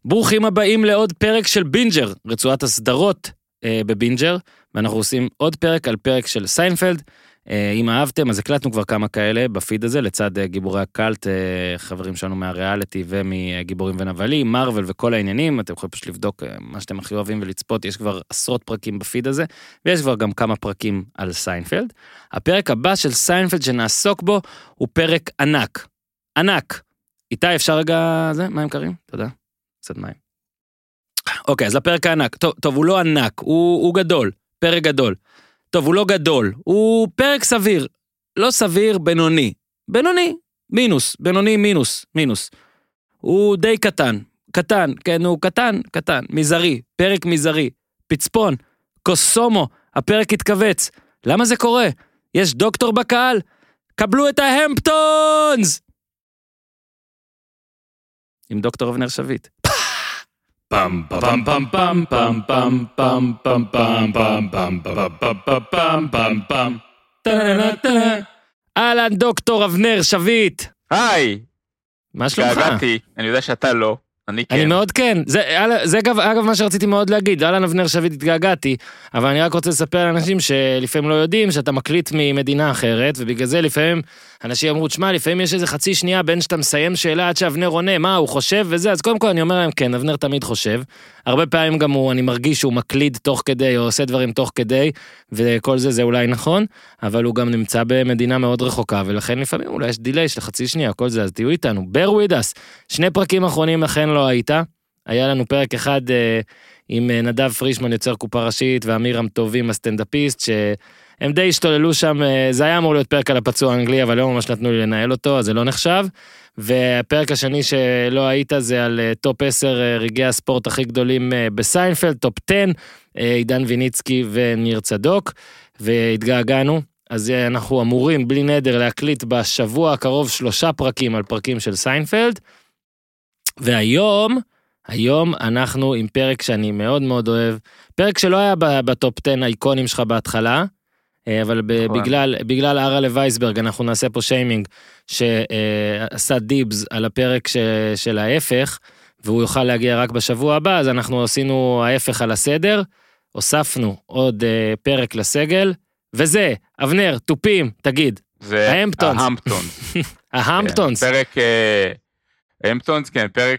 ברוכים הבאים לעוד פרק של בינג'ר, רצועת הסדרות בבינג'ר, ואנחנו עושים עוד פרק על פרק של סיינפלד. אם אהבתם, אז הקלטנו כבר כמה כאלה בפיד הזה, לצד גיבורי הקלט, חברים שלנו מהריאליטי ומגיבורים ונבלים, מרוול וכל העניינים, אתם יכולים פשוט לבדוק מה שאתם הכי אוהבים ולצפות, יש כבר עשרות פרקים בפיד הזה, ויש כבר גם כמה פרקים על סיינפלד. הפרק הבא של סיינפלד שנעסוק בו, הוא פרק ענק. ענק. איתי, אפשר רגע זה? מים קרים? תודה. קצת מים. אוקיי, אז לפרק הענק. טוב, הוא לא ענק, הוא גדול. פרק גדול. טוב, הוא לא גדול. הוא פרק סביר. לא סביר, בינוני. בינוני, מינוס. בינוני, מינוס. הוא די קטן. קטן, כן, הוא קטן. מזערי. פרק מזערי. פצפון. קוסומו. הפרק התכווץ. למה זה קורה? יש דוקטור בקהל? קבלו את ההמפטונס! עם דוקטור אבנר שביט. פם פם פם פם פם פם פם פם פם פם פם פם פם פם פם. אהלן דוקטור אבנר שביט. היי. מה שלומך? התגעגעתי, אני יודע שאתה לא. אני מאוד כן, זה אגב מה שרציתי מאוד להגיד, אהלן אבנר שביט התגעגעתי, אבל אני רק רוצה לספר לאנשים שלפעמים לא יודעים שאתה מקליט ממדינה אחרת, ובגלל זה לפעמים אנשים אמרו, תשמע, לפעמים יש איזה חצי שנייה בין שאתה מסיים שאלה עד שאבנר עונה, מה הוא חושב וזה, אז קודם כל אני אומר להם, כן, אבנר תמיד חושב, הרבה פעמים גם אני מרגיש שהוא מקליד תוך כדי, או עושה דברים תוך כדי, וכל זה אולי נכון, אבל הוא גם נמצא במדינה מאוד רחוקה, ולכן לפעמים אולי יש דילי של חצי שנייה, כל זה, אז תהיו איתנו, bear with us. 2 פרקים אחרונים לכן לא היית, היה לנו פרק אחד עם נדב פרישמן יוצר קופה ראשית, ואמירם טובים הסטנדאפיסט, שהם די השתוללו שם, זה היה אמור להיות פרק על הפצוע האנגלי, אבל לא ממש נתנו לי לנהל אותו, אז זה לא נחשב, והפרק השני שלא היית זה על טופ 10 רגעי הספורט הכי גדולים בסיינפלד, טופ 10, עידן ויניצקי וניר צדוק, והתגעגענו, אז אנחנו אמורים בלי נדר להקליט בשבוע הקרוב 3 פרקים על פרקים של סיינפלד, והיום אנחנו עם פרק שאני מאוד מאוד אוהב, פרק שלא היה בטופ 10 האיקונים שלך בהתחלה, אבל בגלל ארה לווייסברג אנחנו נעשה פה שיימינג, שעשה דיבס על הפרק של ההפך, והוא יוכל להגיע רק בשבוע הבא, אז אנחנו עשינו ההפך על הסדר, הוספנו עוד פרק לסגל, וזה, אבנר, טופים, תגיד, ההמפטונס. ההמפטונס. פרק ההמפטונס, כן, פרק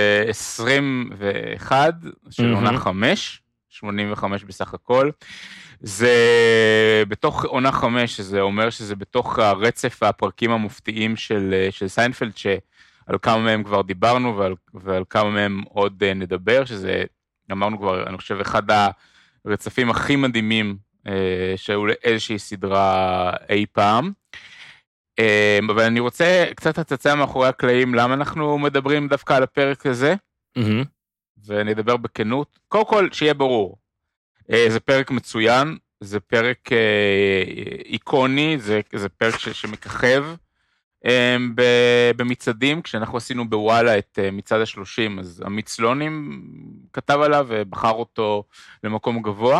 21 של עונה 5, 85 בסך הכל. זה בתוך עונה 5, זה אומר שזה בתוך הרצף הפרקים המופתיים של סיינפלד, שעל כמה מהם כבר דיברנו ועל כמה מהם עוד נדבר, שזה אמרנו כבר, אני חושב, אחד הרצפים הכי מדהימים שהיו לאיזושהי סדרה אי פעם. אבל אני רוצה קצת הצצה מאחורי הקלעים, למה אנחנו מדברים דווקא על הפרק הזה, ונדבר בכנות. קודם כל, שיהיה ברור, זה פרק מצוין, זה פרק איקוני, זה פרק שמככב במצעדים, כשאנחנו עשינו בוואלה את מצעד ה-30, אז המצלונים כתב עליו ובחר אותו למקום גבוה,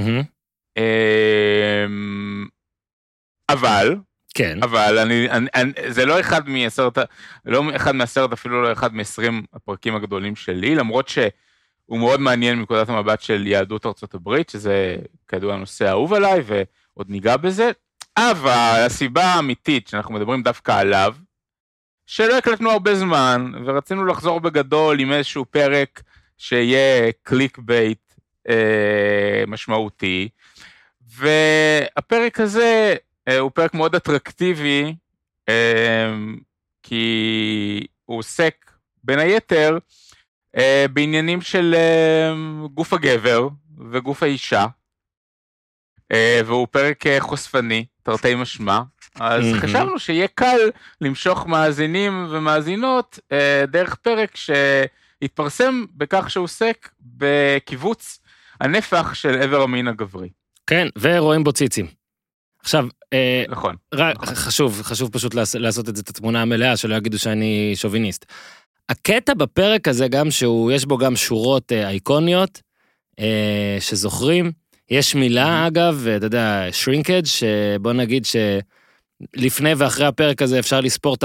אבל זה לא אחד מ10, אפילו לא אחד מ20 הפרקים הגדולים שלי, למרות שהוא מאוד מעניין מנקודת המבט של יהדות ארצות הברית, שזה כידוע הנושא האהוב עליי, ועוד ניגע בזה, אבל הסיבה האמיתית שאנחנו מדברים דווקא עליו, שלא הקלטנו הרבה זמן, ורצינו לחזור בגדול עם איזשהו פרק שיהיה קליק בייט משמעותי, והפרק הזה הוא פרק מאוד אטרקטיבי, כי הוא עוסק בין היתר בעניינים של גוף הגבר וגוף האישה, והוא פרק חושפני, תרתי משמע, אז חשבנו שיהיה קל למשוך מאזינים ומאזינות דרך פרק שהתפרסם בכך שהוא עוסק בקיבוץ הנפח של עבר המין הגברי. כן, ורואים בו ציצים. עכשיו, נכון. חשוב פשוט לעשות את התמונה המלאה, שלא יגידו שאני שוביניסט. הקטע בפרק הזה גם שיש בו גם שורות אייקוניות, שזוכרים, יש מילה אגב, אתה יודע, shrinkage, שבוא נגיד שלפני ואחרי הפרק הזה אפשר לספור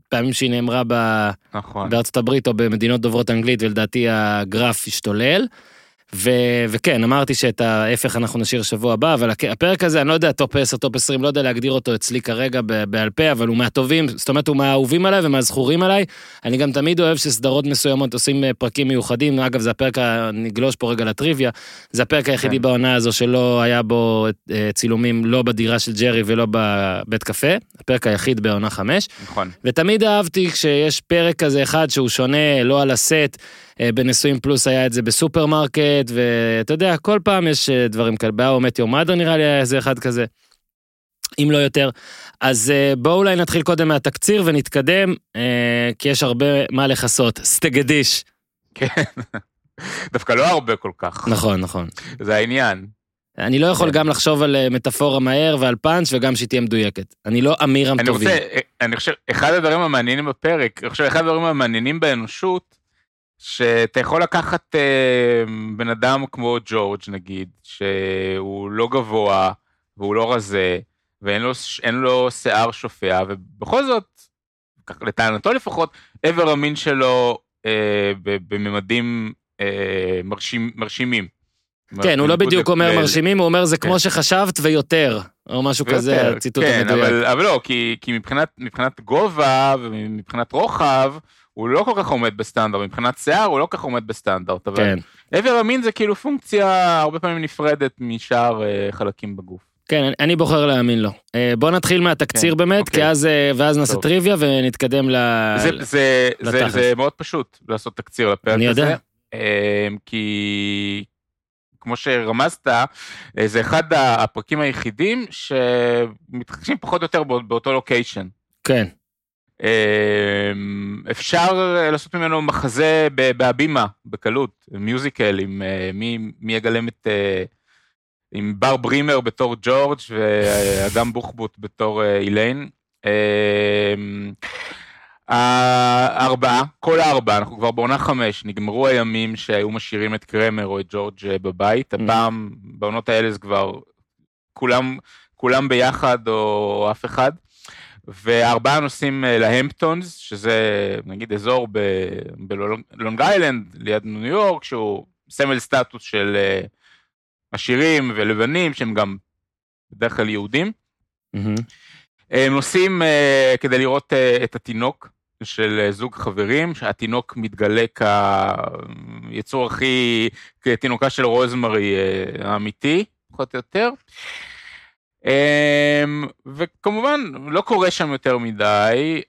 פעמים שהיא נאמרה נכון. בארצות הברית או במדינות דוברות אנגלית, ולדעתי הגרף השתולל. וכן, אמרתי שאת ההפך אנחנו נשאיר שבוע הבא, אבל הפרק הזה, אני לא יודע, טופ 10, טופ 20, לא יודע להגדיר אותו אצלי כרגע בעל פה, אבל הוא מהטובים, זאת אומרת, הוא מהאהובים עליי ומהזכורים עליי. אני גם תמיד אוהב שסדרות מסוימות עושים פרקים מיוחדים, אגב, זה הפרק, נגלוש פה רגע לטריוויה, זה הפרק היחידי בעונה הזו שלא היה בו צילומים, לא בדירה של ג'רי ולא בבית קפה, הפרק היחיד בעונה 5. נכון. ותמיד אהבתי כשיש פרק כזה אחד שהוא שונה, לא על הסט, בנשואים פלוס היה את זה בסופרמרקט, ואתה יודע, כל פעם יש דברים כאלה, באו מת יום מדר נראה לי היה איזה אחד כזה, אם לא יותר. אז בואו אולי נתחיל קודם מהתקציר ונתקדם, כי יש הרבה מה לחסות, סטגדיש. כן, דווקא לא הרבה כל כך. נכון, נכון. זה העניין. אני לא יכול גם לחשוב על מטאפורה מהר ועל פאנץ' וגם שהיא תהיה מדויקת. אני לא אמירם טובים. אני חושב, אחד הדברים המעניינים בפרק, אני חושב, אחד הדברים המעניינים באנושות, שאתה יכול לקחת בן אדם כמו ג'ורג' נגיד, שהוא לא גבוה, והוא לא רזה, ואין לו שיער שופע, ובכל זאת, לטענתו לפחות, עבר המין שלו בממדים מרשימים. כן, הוא לא בדיוק אומר מרשימים, הוא אומר זה כמו שחשבת ויותר, או משהו כזה, ציטוט המדויק. כן, אבל לא, כי מבחינת גובה ומבחינת רוחב, הוא לא כל כך עומד בסטנדרט, מבחינת שיער הוא לא כל כך עומד בסטנדרט, אבל עבר המין זה כאילו פונקציה הרבה פעמים נפרדת משאר חלקים בגוף. כן, אני בוחר להאמין לו. בוא נתחיל מהתקציר באמת, כי ואז נעשה טריוויה ונתקדם זה מאוד פשוט לעשות תקציר לפרק הזה. אני יודע. כי כמו שרמזת, זה אחד הפרקים היחידים שמתרחשים פחות או יותר באותו לוקיישן. כן. אפשר לעשות ממנו מחזה בהבימה, בקלות, מיוזיקל, עם מי יגלם עם בר ברימר בתור ג'ורג' ואגם בוחבוט בתור איליין. כל הארבעה, אנחנו כבר בעונה 5, נגמרו הימים שהיו משאירים את קרמר או את ג'ורג' בבית, הפעם בעונות האלה זה כבר כולם ביחד או אף אחד, והארבעה נוסעים להמפטונס, שזה נגיד אזור בלונג איילנד, ליד ניו יורק, שהוא סמל סטטוס של עשירים ולבנים, שהם גם בדרך כלל יהודים. הם נוסעים כדי לראות את התינוק של זוג חברים, שהתינוק מתגלה כיצור כתינוקה של רוזמרי האמיתי, פחות או יותר. וכמובן לא קורה שם יותר מדי,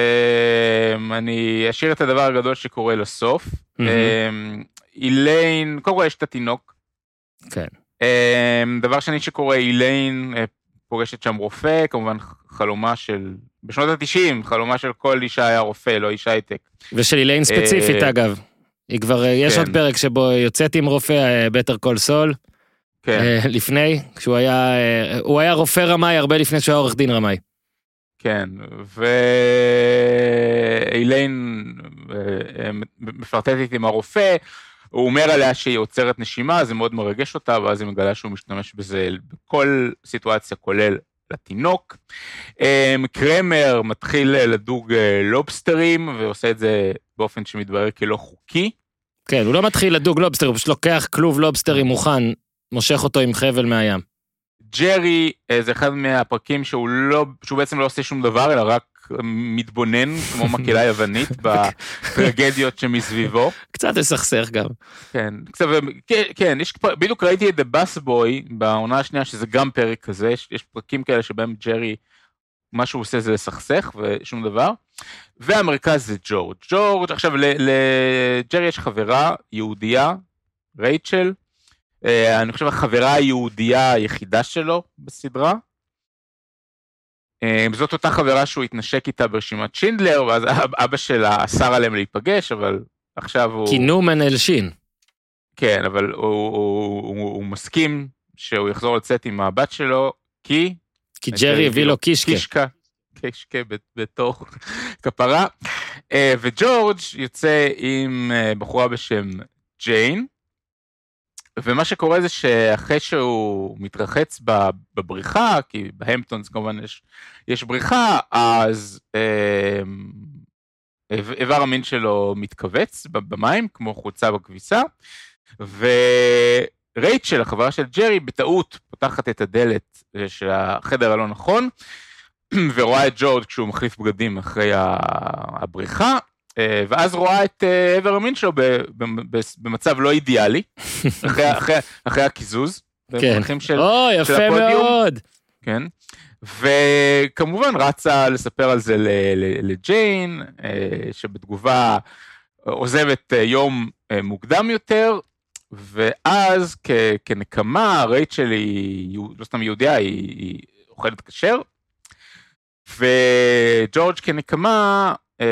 אני אשאיר את הדבר הגדול שקורה לסוף. איליין, קודם כל יש את התינוק. כן. דבר שני שקורה, איליין פוגשת שם רופא, כמובן חלומה בשנות ה-90, חלומה של כל אישה היה רופא, לא אישה הייטק. ושל איליין ספציפית אגב. היא כבר, יש עוד פרק שבו יוצאת עם רופא, בטר קול סול. לפני, כשהוא היה רופא רמאי הרבה לפני שהוא היה עורך דין רמאי. כן, ואיליין מפרטטת עם הרופא, הוא אומר עליה שהיא עוצרת נשימה, זה מאוד מרגש אותה, ואז היא מגלה שהוא משתמש בזה בכל סיטואציה, כולל לתינוק. קרמר מתחיל לדוג לובסטרים, ועושה את זה באופן שמתברר כלא חוקי. כן, הוא לא מתחיל לדוג לובסטר, הוא פשוט לוקח כלוב לובסטרי מוכן, מושך אותו עם חבל מהים. ג'רי זה אחד מהפרקים שהוא בעצם לא עושה שום דבר, אלא רק מתבונן כמו מקהלה יוונית בטרגדיות שמסביבו. קצת לסכסך גם. כן, בדיוק ראיתי את The Bus Boy בעונה השנייה, שזה גם פרק כזה, יש פרקים כאלה שבהם ג'רי, מה שהוא עושה זה לסכסך ושום דבר, והמרכז זה ג'ורג'. עכשיו לג'רי יש חברה יהודייה, רייצ'ל, אני חושב החברה היהודייה היחידה שלו בסדרה, זאת אותה חברה שהוא התנשק איתה ברשימת שינדלר, ואז אבא שלה אסר עליהם להיפגש, אבל עכשיו הוא... כי נומן אלשין. כן, אבל הוא מסכים שהוא יחזור לצאת עם הבת שלו, כי ג'רי הביא לו קישקה. קישקה בתור כפרה, וג'ורג' יוצא עם בחורה בשם ג'יין, ומה שקורה זה שאחרי שהוא מתרחץ בבריכה, כי בהמפטונס כמובן יש בריכה, אז איבר המין שלו מתכווץ במים, כמו חוצה בכביסה, ורייצ'ל, החברה של ג'רי, בטעות פותחת את הדלת של החדר הלא נכון, ורואה את ג'ורג' כשהוא מחליף בגדים אחרי הבריחה, ואז רואה את איבר המין שלו במצב לא אידיאלי, אחרי הכיזוז. כן, יפה מאוד. כן, וכמובן רצה לספר על זה לג'יין, שבתגובה עוזבת יום מוקדם יותר, ואז כנקמה, רייצ'ל היא לא סתם יהודיה, היא אוכלת כשר, וג'ורג' כנקמה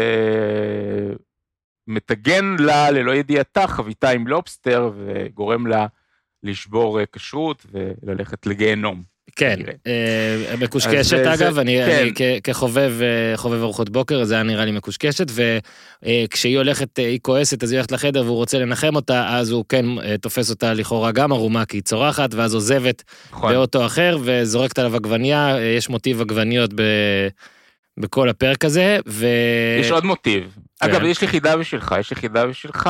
מתגן לה ללא ידיעתה חביתה עם לובסטר, וגורם לה לשבור כשרות וללכת לגיהנום. כן, מקושקשת אגב, אני כחובב ארוחות בוקר, זה היה נראה לי מקושקשת, וכשהיא הולכת, היא כועסת, אז היא הולכת לחדר והוא רוצה לנחם אותה, אז הוא כן תופס אותה לכאורה גם ערומה, כי היא צורחת, ואז עוזבת באוטו אחר, וזורקת עליו עגבניה, יש מוטיב עגבניות בכל הפרק הזה, יש עוד מוטיב. אגב, יש לי חידה בשבילך,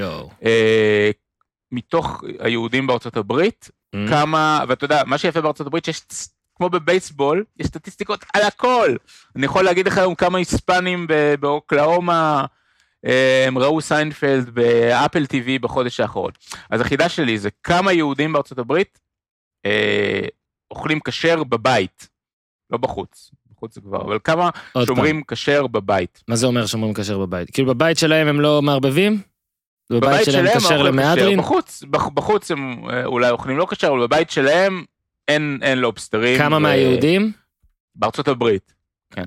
מתוך היהודים בארצות הברית, כמה, ואתה יודע, מה שיפה בארצות הברית, שיש, כמו בבייסבול, יש סטטיסטיקות על הכל. אני יכול להגיד לך היום כמה היספנים באוקלהומה, הם ראו סיינפלד באפל TV בחודש האחרון. אז החידה שלי זה כמה יהודים בארצות הברית אוכלים כשר בבית, לא בחוץ. בחוץ זה כבר, אבל כמה שומרים כשר בבית. מה זה אומר שומרים כשר בבית? כאילו בבית שלהם הם לא מערבבים? בבית שלהם כשר למהדרין? בחוץ הם אולי אוכלים לא כשר, אבל בבית שלהם אין לובסטרים. כמה מהיהודים? בארצות הברית.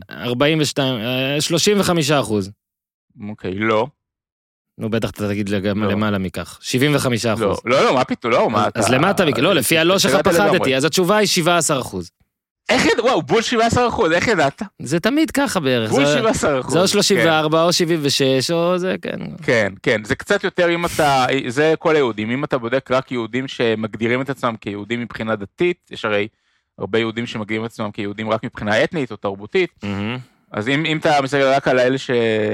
35%. אוקיי, לא. נו, בטח אתה תגיד למעלה מכך. 75%. לא, מה פתאום, לא. אז למה אתה... לא, לפי הלא שלך פחדתי, אז התשובה היא 17%. איך ידעת? וואו, בול 17%, איך ידעת? זה תמיד ככה בערך. בול 17%. זה או 34 או 76 או זה, כן. כן, זה קצת יותר אם אתה, זה כל היהודים, אם אתה בודק רק יהודים שמגדירים את עצמם כיהודים מבחינה דתית, יש הרי הרבה יהודים שמגדירים את עצמם כיהודים רק מבחינה אתנית או תרבותית, אז אם אתה מסתכל רק על האלה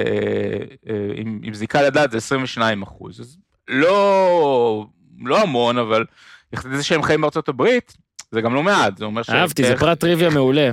עם זיקה לדת זה 22%, אז לא המון, אבל זה שהם חיים בארצות הברית, זה גם לא מעט, זה אומר אהבתי, זה פרט טריוויה מעולה.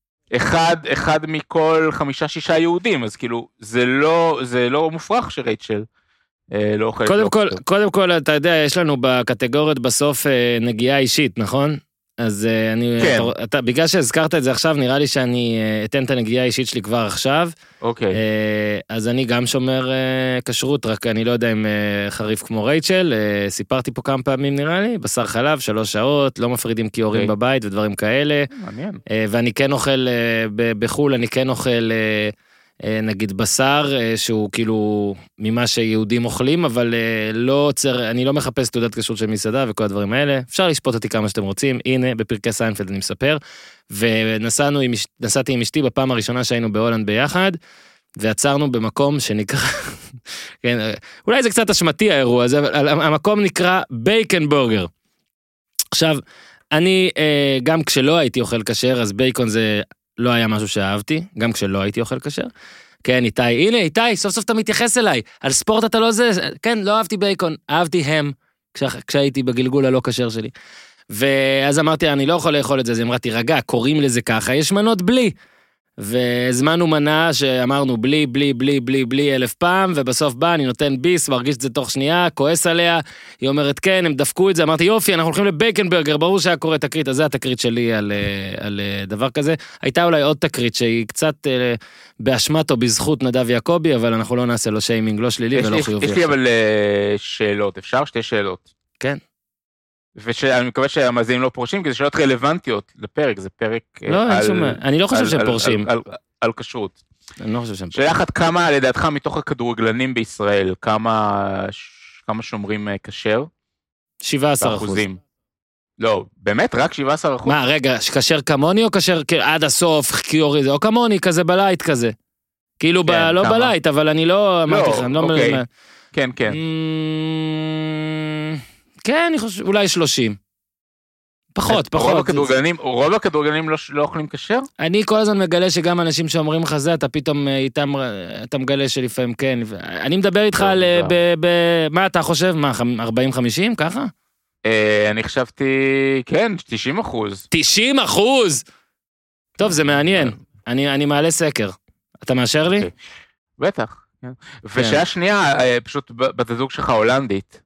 אחד מכל 5-6 יהודים, אז כאילו, זה לא מופרך שרייצ'ל לא אוכל. קודם כל, אתה יודע, יש לנו בקטגוריות בסוף נגיעה אישית, נכון? אז בגלל שהזכרת את זה עכשיו, נראה לי שאני אתן את הנגיעה האישית שלי כבר עכשיו. אוקיי. אז אני גם שומר כשרות, רק אני לא יודע אם חריף כמו רייצ'ל, סיפרתי פה כמה פעמים נראה לי, בשר חלב, 3 שעות, לא מפרידים כיורים בבית ודברים כאלה. מעניין. ואני כן אוכל, בחול אני כן אוכל, נגיד בשר, שהוא כאילו ממה שיהודים אוכלים, אבל אני לא מחפש תעודת כשרות של מסעדה וכל הדברים האלה. אפשר לשפוט אותי כמה שאתם רוצים. הנה, בפרקי סיינפלד אני מספר. ונסעתי עם אשתי בפעם הראשונה שהיינו בהולנד ביחד, ועצרנו במקום שנקרא, כן, אולי זה קצת אשמתי האירוע הזה, אבל המקום נקרא בייקן בורגר. עכשיו, אני גם כשלא הייתי אוכל כשר, אז בייקון זה לא היה משהו שאהבתי, גם כשלא הייתי אוכל כשר. כן, איתי, הנה איתי, סוף סוף אתה מתייחס אליי, על ספורט אתה לא זה, כן, לא אהבתי בייקון, אהבתי הם, כשהייתי בגלגול הלא כשר שלי. ואז אמרתי, אני לא יכול לאכול את זה, אז אמרתי, רגע, קוראים לזה ככה, יש מנות בלי. והזמנו מנה שאמרנו בלי, בלי, בלי, בלי, בלי 1000 פעם, ובסוף בא, אני נותן ביס, מרגיש את זה תוך שנייה, כועס עליה, היא אומרת כן, הם דפקו את זה, אמרתי יופי, אנחנו הולכים לבייקן ברגר, ברור שהיה קורא תקרית, אז זה התקרית שלי על דבר כזה, הייתה אולי עוד תקרית שהיא קצת באשמת או בזכות נדב יעקבי, אבל אנחנו לא נעשה לו שיימינג, לא שלילי ולא חיובי. יש לי אבל שאלות, אפשר? 2 שאלות. כן. ואני מקווה שהמאזינים לא פורשים, כי זה שאלות רלוונטיות לפרק, זה פרק אני לא חושב שהם פורשים. על כשרות. אני לא חושב שהם פורשים. שאלה אחת, כמה לדעתך מתוך הכדורגלנים בישראל, כמה שומרים כשר? 17%. לא, באמת? רק 17%? מה, רגע, כשר כמוני או כשר עד הסוף, קיורי זה, או כמוני כזה בלייט כזה? כאילו לא בלייט, אבל אני לא אמרתי לך, אני לא אוקיי. כן, כן. כן, אני חושב, אולי 30. פחות. רוב הכדורגלנים לא אוכלים כשר? אני כל הזמן מגלה שגם אנשים שאומרים לך זה, אתה פתאום איתם, אתה מגלה שלפעמים כן. אני מדבר איתך על, מה אתה חושב? מה, 40-50, ככה? אני חשבתי, כן, 90%. 90%? טוב, זה מעניין. אני מעלה סקר. אתה מאשר לי? בטח. ושעה שנייה, פשוט בת הזוג שלך הולנדית.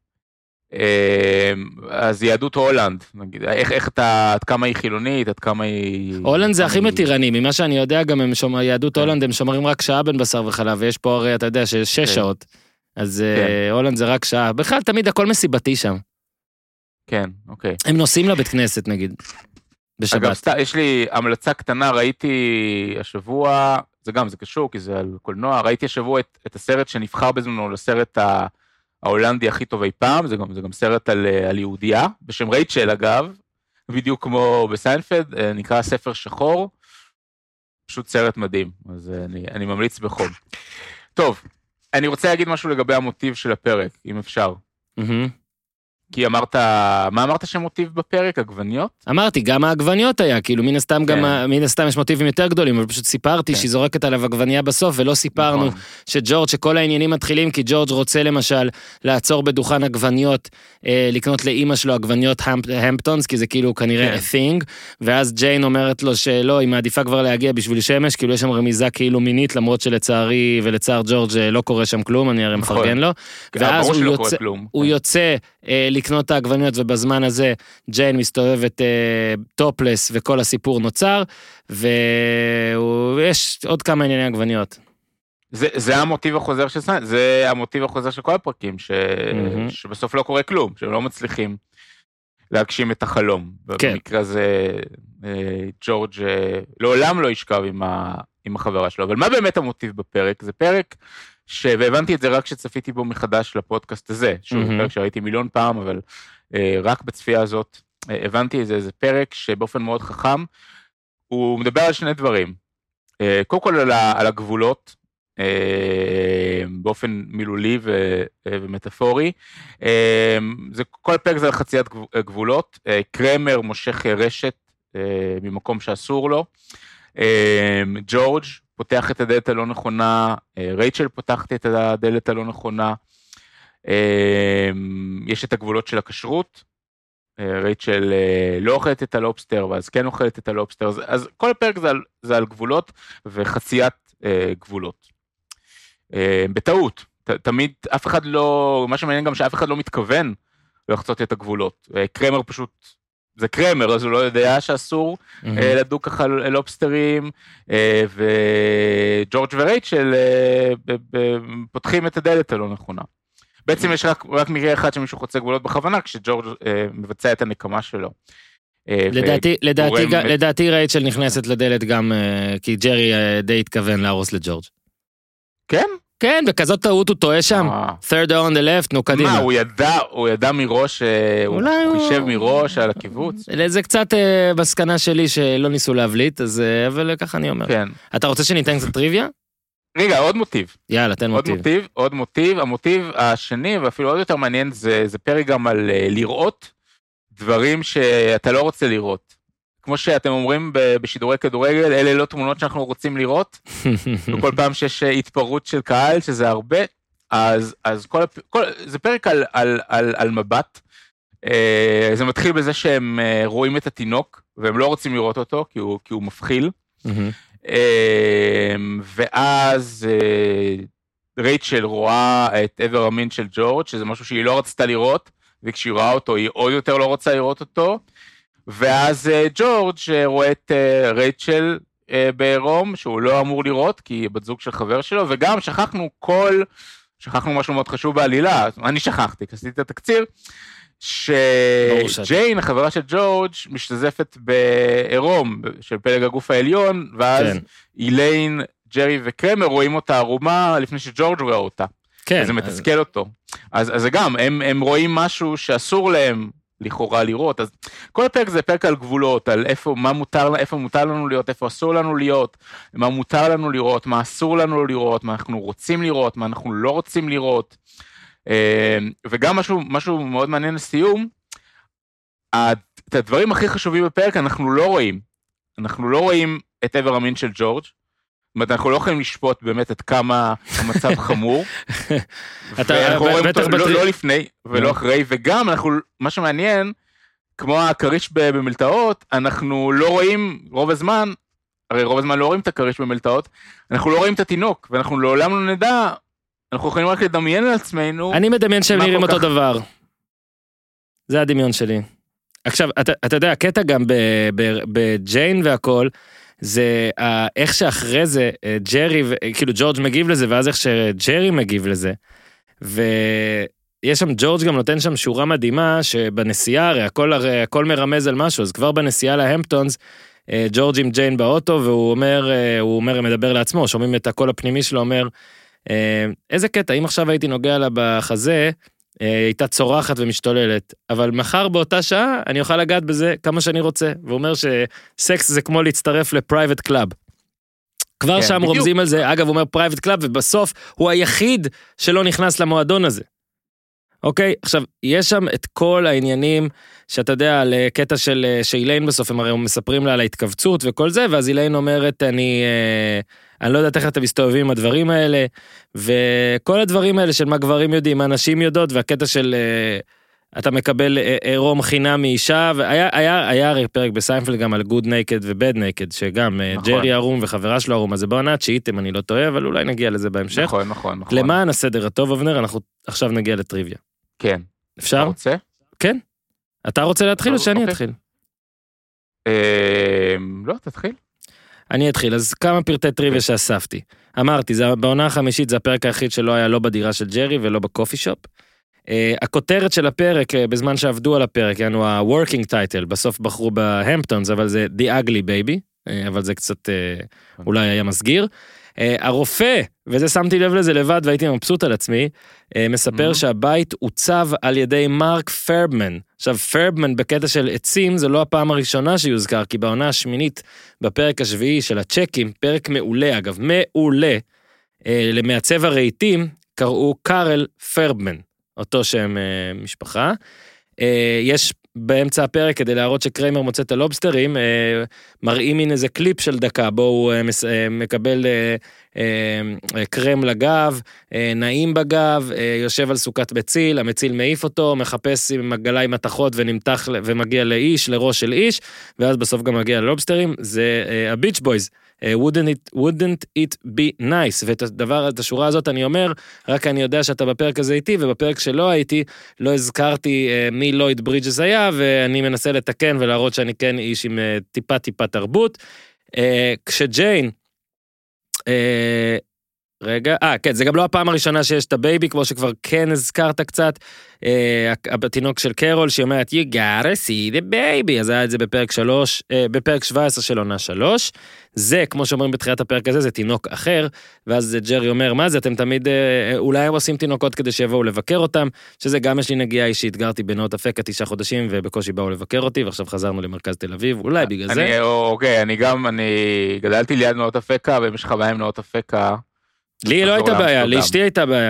אז יהדות הולנד, נגיד, איך אתה, עד כמה היא חילונית, עד כמה היא... הולנד זה הכי מתירני, ממה שאני יודע גם יהדות הולנד הם שומרים רק שעה בין בשר וחלב, ויש פה הרי, אתה יודע, 6 שעות, אז הולנד זה רק שעה, בכלל תמיד הכל מסיבתי שם. כן, אוקיי. הם נוסעים לבית כנסת נגיד, בשבת. אגב, יש לי המלצה קטנה, ראיתי השבוע, זה קשור, כי זה על קולנוע, ראיתי השבוע את הסרט שנבחר בזמנו לסרט ההולנדי הכי טוב אי פעם, זה גם סרט על יהודייה, בשם רייצ'ל אגב, בדיוק כמו בסיינפלד, נקרא ספר שחור, פשוט סרט מדהים, אז אני ממליץ בחום. טוב, אני רוצה להגיד משהו לגבי המוטיב של הפרק, אם אפשר. כי מה אמרת שמוטיב בפרק? עגבניות? אמרתי, גם העגבניות היה, כאילו מן הסתם יש מוטיבים יותר גדולים, אבל פשוט סיפרתי שהיא זורקת עליו עגבנייה בסוף, ולא סיפרנו שג'ורג' שכל העניינים מתחילים, כי ג'ורג' רוצה למשל לעצור בדוכן עגבניות, לקנות לאמא שלו עגבניות המפטונס, כי זה כאילו כנראה a thing, ואז ג'יין אומרת לו שלא, היא מעדיפה כבר להגיע בשביל שמש, כאילו יש שם רמיזה כאילו מינית, למרות שלצערי ולצער ג'ורג' לא קורה שם כלום, אני הרי מפרגן לו, ואז הוא יוצא לקנות את העגבניות, ובזמן הזה ג'יין מסתובבת טופלס, וכל הסיפור נוצר, ויש עוד כמה ענייני עגבניות. זה המוטיב החוזר של סיינפלד, זה המוטיב החוזר של כל הפרקים, שבסוף לא קורה כלום, שהם לא מצליחים להגשים את החלום. במקרה הזה, ג'ורג' לעולם לא ישכב עם החברה שלו, אבל מה באמת המוטיב בפרק? זה פרק והבנתי את זה רק כשצפיתי בו מחדש לפודקאסט הזה, שהוא פרק שראיתי מיליון פעם, אבל רק בצפייה הזאת הבנתי את זה, זה פרק שבאופן מאוד חכם, הוא מדבר על שני דברים, קודם כל על הגבולות, באופן מילולי ומטאפורי, כל פרק זה על חציית גבולות, קרמר מושך רשת ממקום שאסור לו, ג'ורג' פותח את הדלת הלא נכונה, רייצ'ל פותחת את הדלת הלא נכונה, יש את הגבולות של הכשרות, רייצ'ל לא אוכלת את הלובסטר, ואז כן אוכלת את הלובסטר, אז כל הפרק זה על גבולות וחציית גבולות. בטעות, תמיד אף אחד לא, מה שמעניין גם שאף אחד לא מתכוון לחצות את הגבולות, קרמר פשוט, זה קרמר, אז הוא לא יודע שאסור לדוק ככה לובסטרים, וג'ורג' ורייצ'ל פותחים את הדלת הלא נכונה. בעצם יש רק מקרה אחד שמישהו חוצה גבולות בכוונה, כשג'ורג' מבצע את הנקמה שלו. לדעתי רייצ'ל נכנסת לדלת גם, כי ג'רי די התכוון להרוס לג'ורג'. כן? כן, בכזאת טעות הוא טועה שם, third on the left, נו קדימה. מה, הוא ידע מראש, הוא חישב מראש על הקיבוץ? זה קצת בסקנה שלי שלא ניסו להבליט, אבל ככה אני אומר. כן. אתה רוצה שניתן קצת טריוויה? רגע, עוד מוטיב. יאללה, תן מוטיב. עוד מוטיב, המוטיב השני, ואפילו עוד יותר מעניין, זה פרק גם על לראות דברים שאתה לא רוצה לראות. כמו שאתם אומרים בשידורי כדורגל, אלה לא תמונות שאנחנו רוצים לראות, וכל פעם שיש התפרעות של קהל, שזה הרבה, אז זה פרק על מבט, זה מתחיל בזה שהם רואים את התינוק, והם לא רוצים לראות אותו, כי הוא מפחיל, ואז רייצ'ל רואה את עבר המין של ג'ורג', שזה משהו שהיא לא רצתה לראות, וכשהיא רואה אותו, היא עוד יותר לא רוצה לראות אותו, ואז ג'ורג' רואה את רייצ'ל בעירום, שהוא לא אמור לראות, כי היא בת זוג של חבר שלו, וגם שכחנו משהו מאוד חשוב בעלילה, אני שכחתי, עשיתי את התקציר, שג'יין, החברה של ג'ורג', משתזפת בעירום של פלג הגוף העליון, ואז איליין, ג'רי וקרמר רואים אותה ערומה לפני שג'ורג' רואה אותה. וזה מתסכל אותו. אז זה גם, הם רואים משהו שאסור להם לכאורה לראות, אז כל הפרק זה פרק על גבולות, על איפה מותר לנו להיות, איפה אסור לנו להיות, מה מותר לנו לראות, מה אסור לנו לראות, מה אנחנו רוצים לראות, מה אנחנו לא רוצים לראות, וגם משהו מאוד מעניין לסיום, את הדברים הכי חשובים בפרק אנחנו לא רואים. אנחנו לא רואים את עבר המין של ג'ורג'. זאת אומרת, אנחנו לא יכולים לשפוט באמת עד כמה המצב חמור. ואנחנו רואים אותו לא לפני ולא אחרי, וגם מה שמעניין, כמו הכריש במלטעות, אנחנו לא רואים רוב הזמן, הרי רוב הזמן לא רואים את הכריש במלטעות, אנחנו לא רואים את התינוק, ואנחנו לעולם לא נדע, אנחנו יכולים רק לדמיין על עצמנו. אני מדמיין שהם נראים אותו דבר. זה הדמיון שלי. עכשיו, אתה יודע, הקטע גם בג'יין והכל, זה איך שאחרי זה, ג'רי, כאילו ג'ורג' מגיב לזה, ואז איך שג'רי מגיב לזה, ויש שם, ג'ורג' גם נותן שם שורה מדהימה, שבנסיעה, הרי הכל מרמז על משהו, אז כבר בנסיעה להמפטונס, ג'ורג' עם ג'יין באוטו, והוא אומר, מדבר לעצמו, שומעים את הקול הפנימי שלו, אומר, איזה קטע, אם עכשיו הייתי נוגע לה בחזה, הייתה צורחת ומשתוללת, אבל מחר באותה שעה אני אוכל לגעת בזה כמה שאני רוצה, והוא אומר שסקס זה כמו להצטרף לפרייבט קלאב. כבר שם רומזים על זה, אגב הוא אומר פרייבט קלאב, ובסוף הוא היחיד שלא נכנס למועדון הזה. אוקיי, עכשיו, יש שם את כל העניינים, שאתה יודע, על קטע של איליין בסוף, הם הרי מספרים לה על ההתכווצות וכל זה, ואז איליין אומרת, אני לא יודעת איך אתם מסתובבים עם הדברים האלה, וכל הדברים האלה של מה גברים יודעים, מה נשים יודעות, והקטע של אתה מקבל עירום חינם מאישה, והיה הרי פרק בסיינפלד גם על גוד נייקד ובד נייקד, שגם ג'רי ערום וחברה שלו ערום, אז זה בעונה תשיעית, אם אני לא טועה, אבל אולי נגיע לזה בהמשך. נכון. למען הסדר הטוב, אבנר, אנחנו עכשיו נגיע לטריוויה. כן. אפשר? אתה רוצה? כן. אתה רוצה להתחיל או שאני אתחיל? לא, תתחיל. אני אתחיל, אז כמה פרטי טריוויה שאספתי. אמרתי, בעונה החמישית זה הפרק היחיד שלא היה לא בדירה של ג'רי ולא בקופי שופ. הכותרת של הפרק, בזמן שעבדו על הפרק, יענו ה-working title, בסוף בחרו בהמפטונס, אבל זה The Ugly Baby, אבל זה קצת אולי היה מסגיר. הרופא, וזה שמתי לב לזה לבד והייתי מבסוט על עצמי, מספר שהבית עוצב על ידי מרק פרבמן. עכשיו, פרבמן בקטע של עצים, זה לא הפעם הראשונה שיוזכר, כי בעונה השמינית, בפרק השביעי של הצ'קים, פרק מעולה, אגב, מעולה, למעצב הרהיטים, קראו קארל פרבמן, אותו שם משפחה. יש באמצע הפרק, כדי להראות שקריימר מוצא את הלובסטרים, מראים מין איזה קליפ של דקה, בו הוא מקבל קרם לגב, נעים בגב, יושב על סוכת מציל, המציל מעיף אותו, מחפש עם מגלי מתחות ונמתח ומגיע לאיש, לראש של איש, ואז בסוף גם מגיע ללובסטרים, זה הביץ' בויז. wouldn't it be nice, ואת השורה הזאת אני אומר, רק אני יודע שאתה בפרק הזה איתי, ובפרק שלא הייתי, לא הזכרתי מי לויד ברידג'ס היה, ואני מנסה לתקן ולהראות שאני כן איש עם טיפה תרבות. כשג'יין, רגע, כן, זה גם לא הפעם הראשונה שיש את הבייבי, כמו שכבר כן הזכרת קצת, התינוק של קרול, שהיא אומרת, you gotta see the baby, אז היה את זה בפרק 17 של עונה 3, זה, כמו שאומרים בתחילת הפרק הזה, זה תינוק אחר, ואז ג'רי אומר, מה זה, אתם תמיד, אולי הם עושים תינוקות כדי שיבואו לבקר אותם, שזה גם יש לי נגיעה אישית, גרתי בנאות אפקה 9 חודשים, ובקושי באו לבקר אותי, ועכשיו חזרנו למרכז תל אביב, אולי בגלל זה. אוקיי, אני גדלתי ליד נאות אפקה, ויש לך בעיה עם נאות אפקה. לי לא הייתה בעיה, לאשתי הייתה בעיה.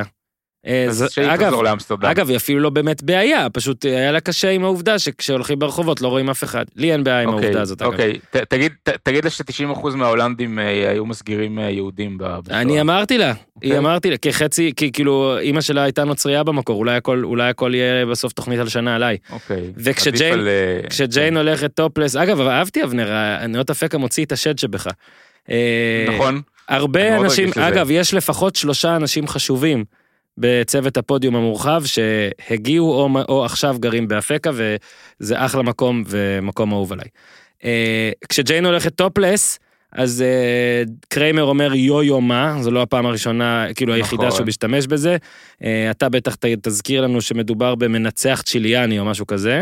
אגב, היא אפילו לא באמת בעיה, פשוט היה לה קשה עם העובדה שכשהולכים ברחובות לא רואים אף אחד. לי אין בעיה עם העובדה הזאת. אוקיי, תגיד לה ש90% מההולנדים היו מסגירים יהודים. אני אמרתי לה, כחצי, כי כאילו אמא שלה הייתה נוצריה במקור, אולי הכל יהיה בסוף תוכנית על שנה עליי. וכשג'יין הולכת טופלס, אגב, אהבתי אבנר, נאות אפקה מוציא את השד שבך. נכון. הרבה אנשים, אגב, יש לפחות 3 אנשים חשובים בצוות הפודיום המורחב שהגיעו או עכשיו גרים באפקה, וזה אחלה מקום ומקום אהוב עליי. כשג'יין הולכת טופלס, אז קריימר אומר יו מה, זו לא הפעם הראשונה, כאילו היחידה שהוא משתמש בזה, אתה בטח תזכיר לנו שמדובר במנצח צ'יליאני או משהו כזה,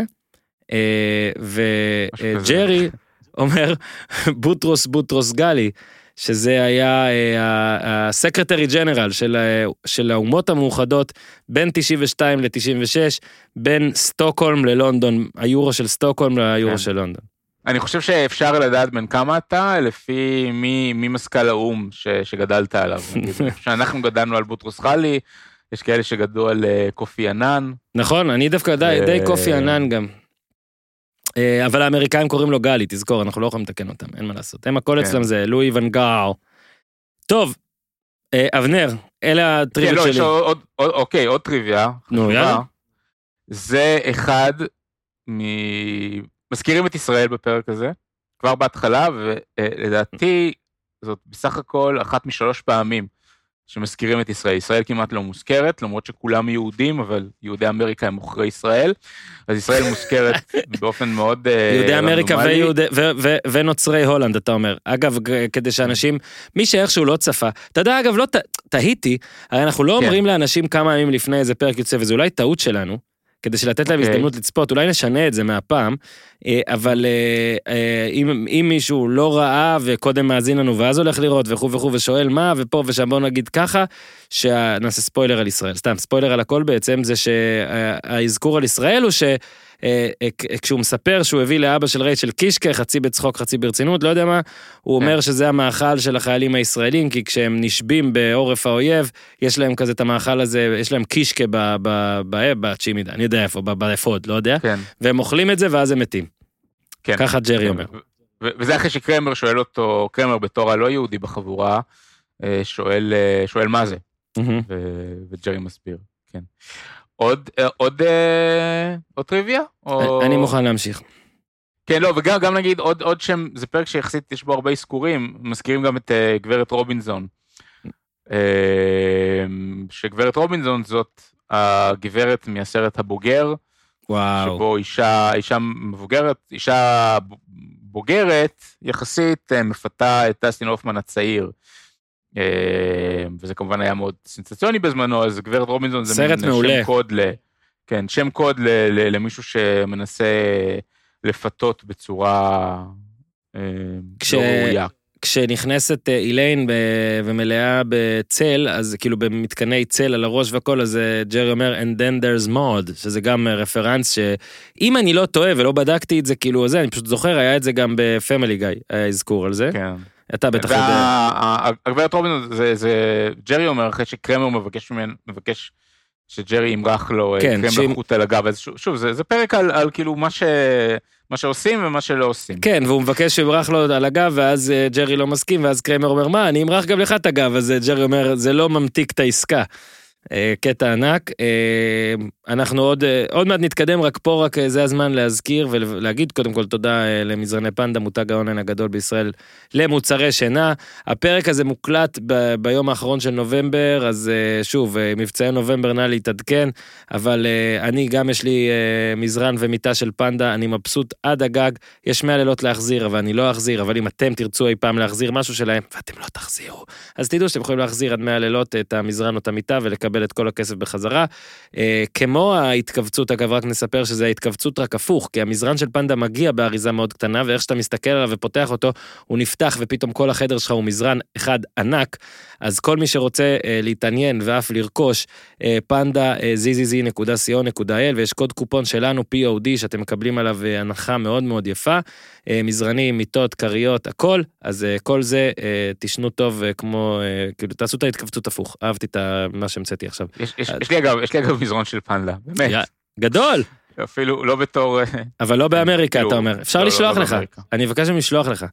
וג'רי אומר בוטרוס גלי, שזה היה הסקרטרי ג'נרל של האומות המאוחדות בין 92 ל-96, בין סטוקהולם ללונדון, היורו של סטוקהולם ליורו של לונדון. אני חושב שאפשר לדעת בין כמה אתה, לפי מי משכ"ל האום שגדלת עליו. שאנחנו גדלנו על בוטרוס גלי, יש כאלה שגדלו על קופי ענן. נכון, אני דווקא די קופי ענן גם. אבל האמריקאים קוראים לו גלי, תזכור, אנחנו לא יכולים לתקן אותם, אין מה לעשות. הם הכל אצלם זה לואי ון גאו. טוב, אבנר, אלה הטריוויות שלי. כן, לא, יש עוד טריוויה. נו, יאללה. זה אחד מזכירים את ישראל בפרק הזה, כבר בהתחלה, ולדעתי זאת בסך הכל אחת משלוש פעמים שמזכירים את ישראל. ישראל כמעט לא מוזכרת, למרות שכולם יהודים, אבל יהודי אמריקה הם מוכרי ישראל, אז ישראל מוזכרת באופן מאוד יהודי אמריקה ונוצרי הולנד, אתה אומר. אגב, כדי שאנשים, מי שאיכשהו לא צפה, אתה יודע, אגב, לא תהיתי, הרי אנחנו לא אומרים לאנשים כמה ימים לפני איזה פרק יוצא, וזה אולי טעות שלנו, כדי שלתת להם הזדמנות לצפות, אולי נשנה את זה מהפעם, אבל אם מישהו לא ראה וקודם מאזין לנו ואז הולך לראות וכו' וכו' ושואל מה ופה ושם בוא נגיד ככה, שנעשה ספוילר על ישראל, סתם ספוילר על הכל בעצם זה שהאזכור על ישראל הוא כשהוא מספר שהוא הביא לאבא של רייצ'ל קישקה, חצי בצחוק חצי ברצינות, לא יודע מה, הוא אומר שזה המאכל של החיילים הישראלים, כי כשהם נשבים בעורף האויב, יש להם כזה את המאכל הזה, יש להם קישקה בצ'ימידה, אני יודע איפה, באפוד, לא יודע, והם אוכלים את זה ואז הם מתים. ככה ג'רי אומר. וזה אחרי שקרמר שואל אותו, קרמר בתור הלא יהודי בחבורה, שואל מה זה, וג'רי מסביר, כן. עוד טריוויה? אני מוכן להמשיך. כן, לא, וגם נגיד עוד שם, זה פרק שיחסית יש בו הרבה אזכורים, מזכירים גם את גברת רובינזון. שגברת רובינזון זאת הגברת מהסרט הבוגר, וואו. שבו אישה מבוגרת, אישה בוגרת, יחסית מפתה את דסטין הופמן הצעיר, וזה כמובן היה מאוד סנסציוני בזמנו, אז גברת רובינזון זה סרט מעולה. שם קוד למישהו שמנסה לפתות בצורה לא ראויה. כשנכנסת איליין ומלאה בצל, אז כאילו במתקני צל על הראש והכל, אז ג'רי אומר, and then there's mod, שזה גם רפרנס שאם אני לא טועה ולא בדקתי את זה, כאילו זה, אני פשוט זוכר, היה את זה גם בפמילי גיא, היה אזכור על זה. כן. אתה בטח יודע. הגברת רובינזון, זה ג'רי אומר, אחרי שקרמר מבקש שג'רי ימרח לו קרם בחוט על הגב, אז שוב, זה פרק על כאילו מה שעושים ומה שלא עושים. כן, והוא מבקש שימרח לו על הגב, ואז ג'רי לא מסכים, ואז קרמר אומר, מה, אני אמרח גם לך את הגב, אז ג'רי אומר, זה לא ממתיק את העסקה. קטע ענק, אנחנו עוד מעט נתקדם, רק פה רק זה הזמן להזכיר ולהגיד קודם כל תודה למזרני פנדה, מותג האונליין הגדול בישראל למוצרי שינה. הפרק הזה מוקלט ביום האחרון של נובמבר, אז שוב, מבצעי נובמבר נא להתעדכן, אבל אני גם יש לי מזרן ומיטה של פנדה, אני מבסוט עד הגג, יש 100 לילות להחזיר, אבל אני לא אחזיר, אבל אם אתם תרצו אי פעם להחזיר משהו שלהם, ואתם לא תחזירו, אז תדעו שאתם יכולים להחזיר עד 100 לילות את המזרן או את המיטה ולקבל את כל הכסף בחזרה. כמו ההתכווצות, אגב רק נספר שזה ההתכווצות רק הפוך, כי המזרן של פנדה מגיע באריזה מאוד קטנה, ואיך שאתה מסתכל עליו ופותח אותו, הוא נפתח ופתאום כל החדר שלך הוא מזרן אחד ענק, אז כל מי שרוצה להתעניין ואף לרכוש פנדה zzz.co.il, ויש קוד קופון שלנו POD שאתם מקבלים עליו הנחה מאוד מאוד יפה, מזרנים, מיטות, קריות, הכל, אז כל זה תשנו טוב כמו, כאילו תעשו את ההתכווצות הפוך, אהבתי את מה שהמצאתי עכשיו. יש לי אגב מזרון של פנדה, באמת. גדול. אפילו לא בתור... אבל לא באמריקה, אתה אומר. אפשר לשלוח לך. אני מבקש לשלוח לך.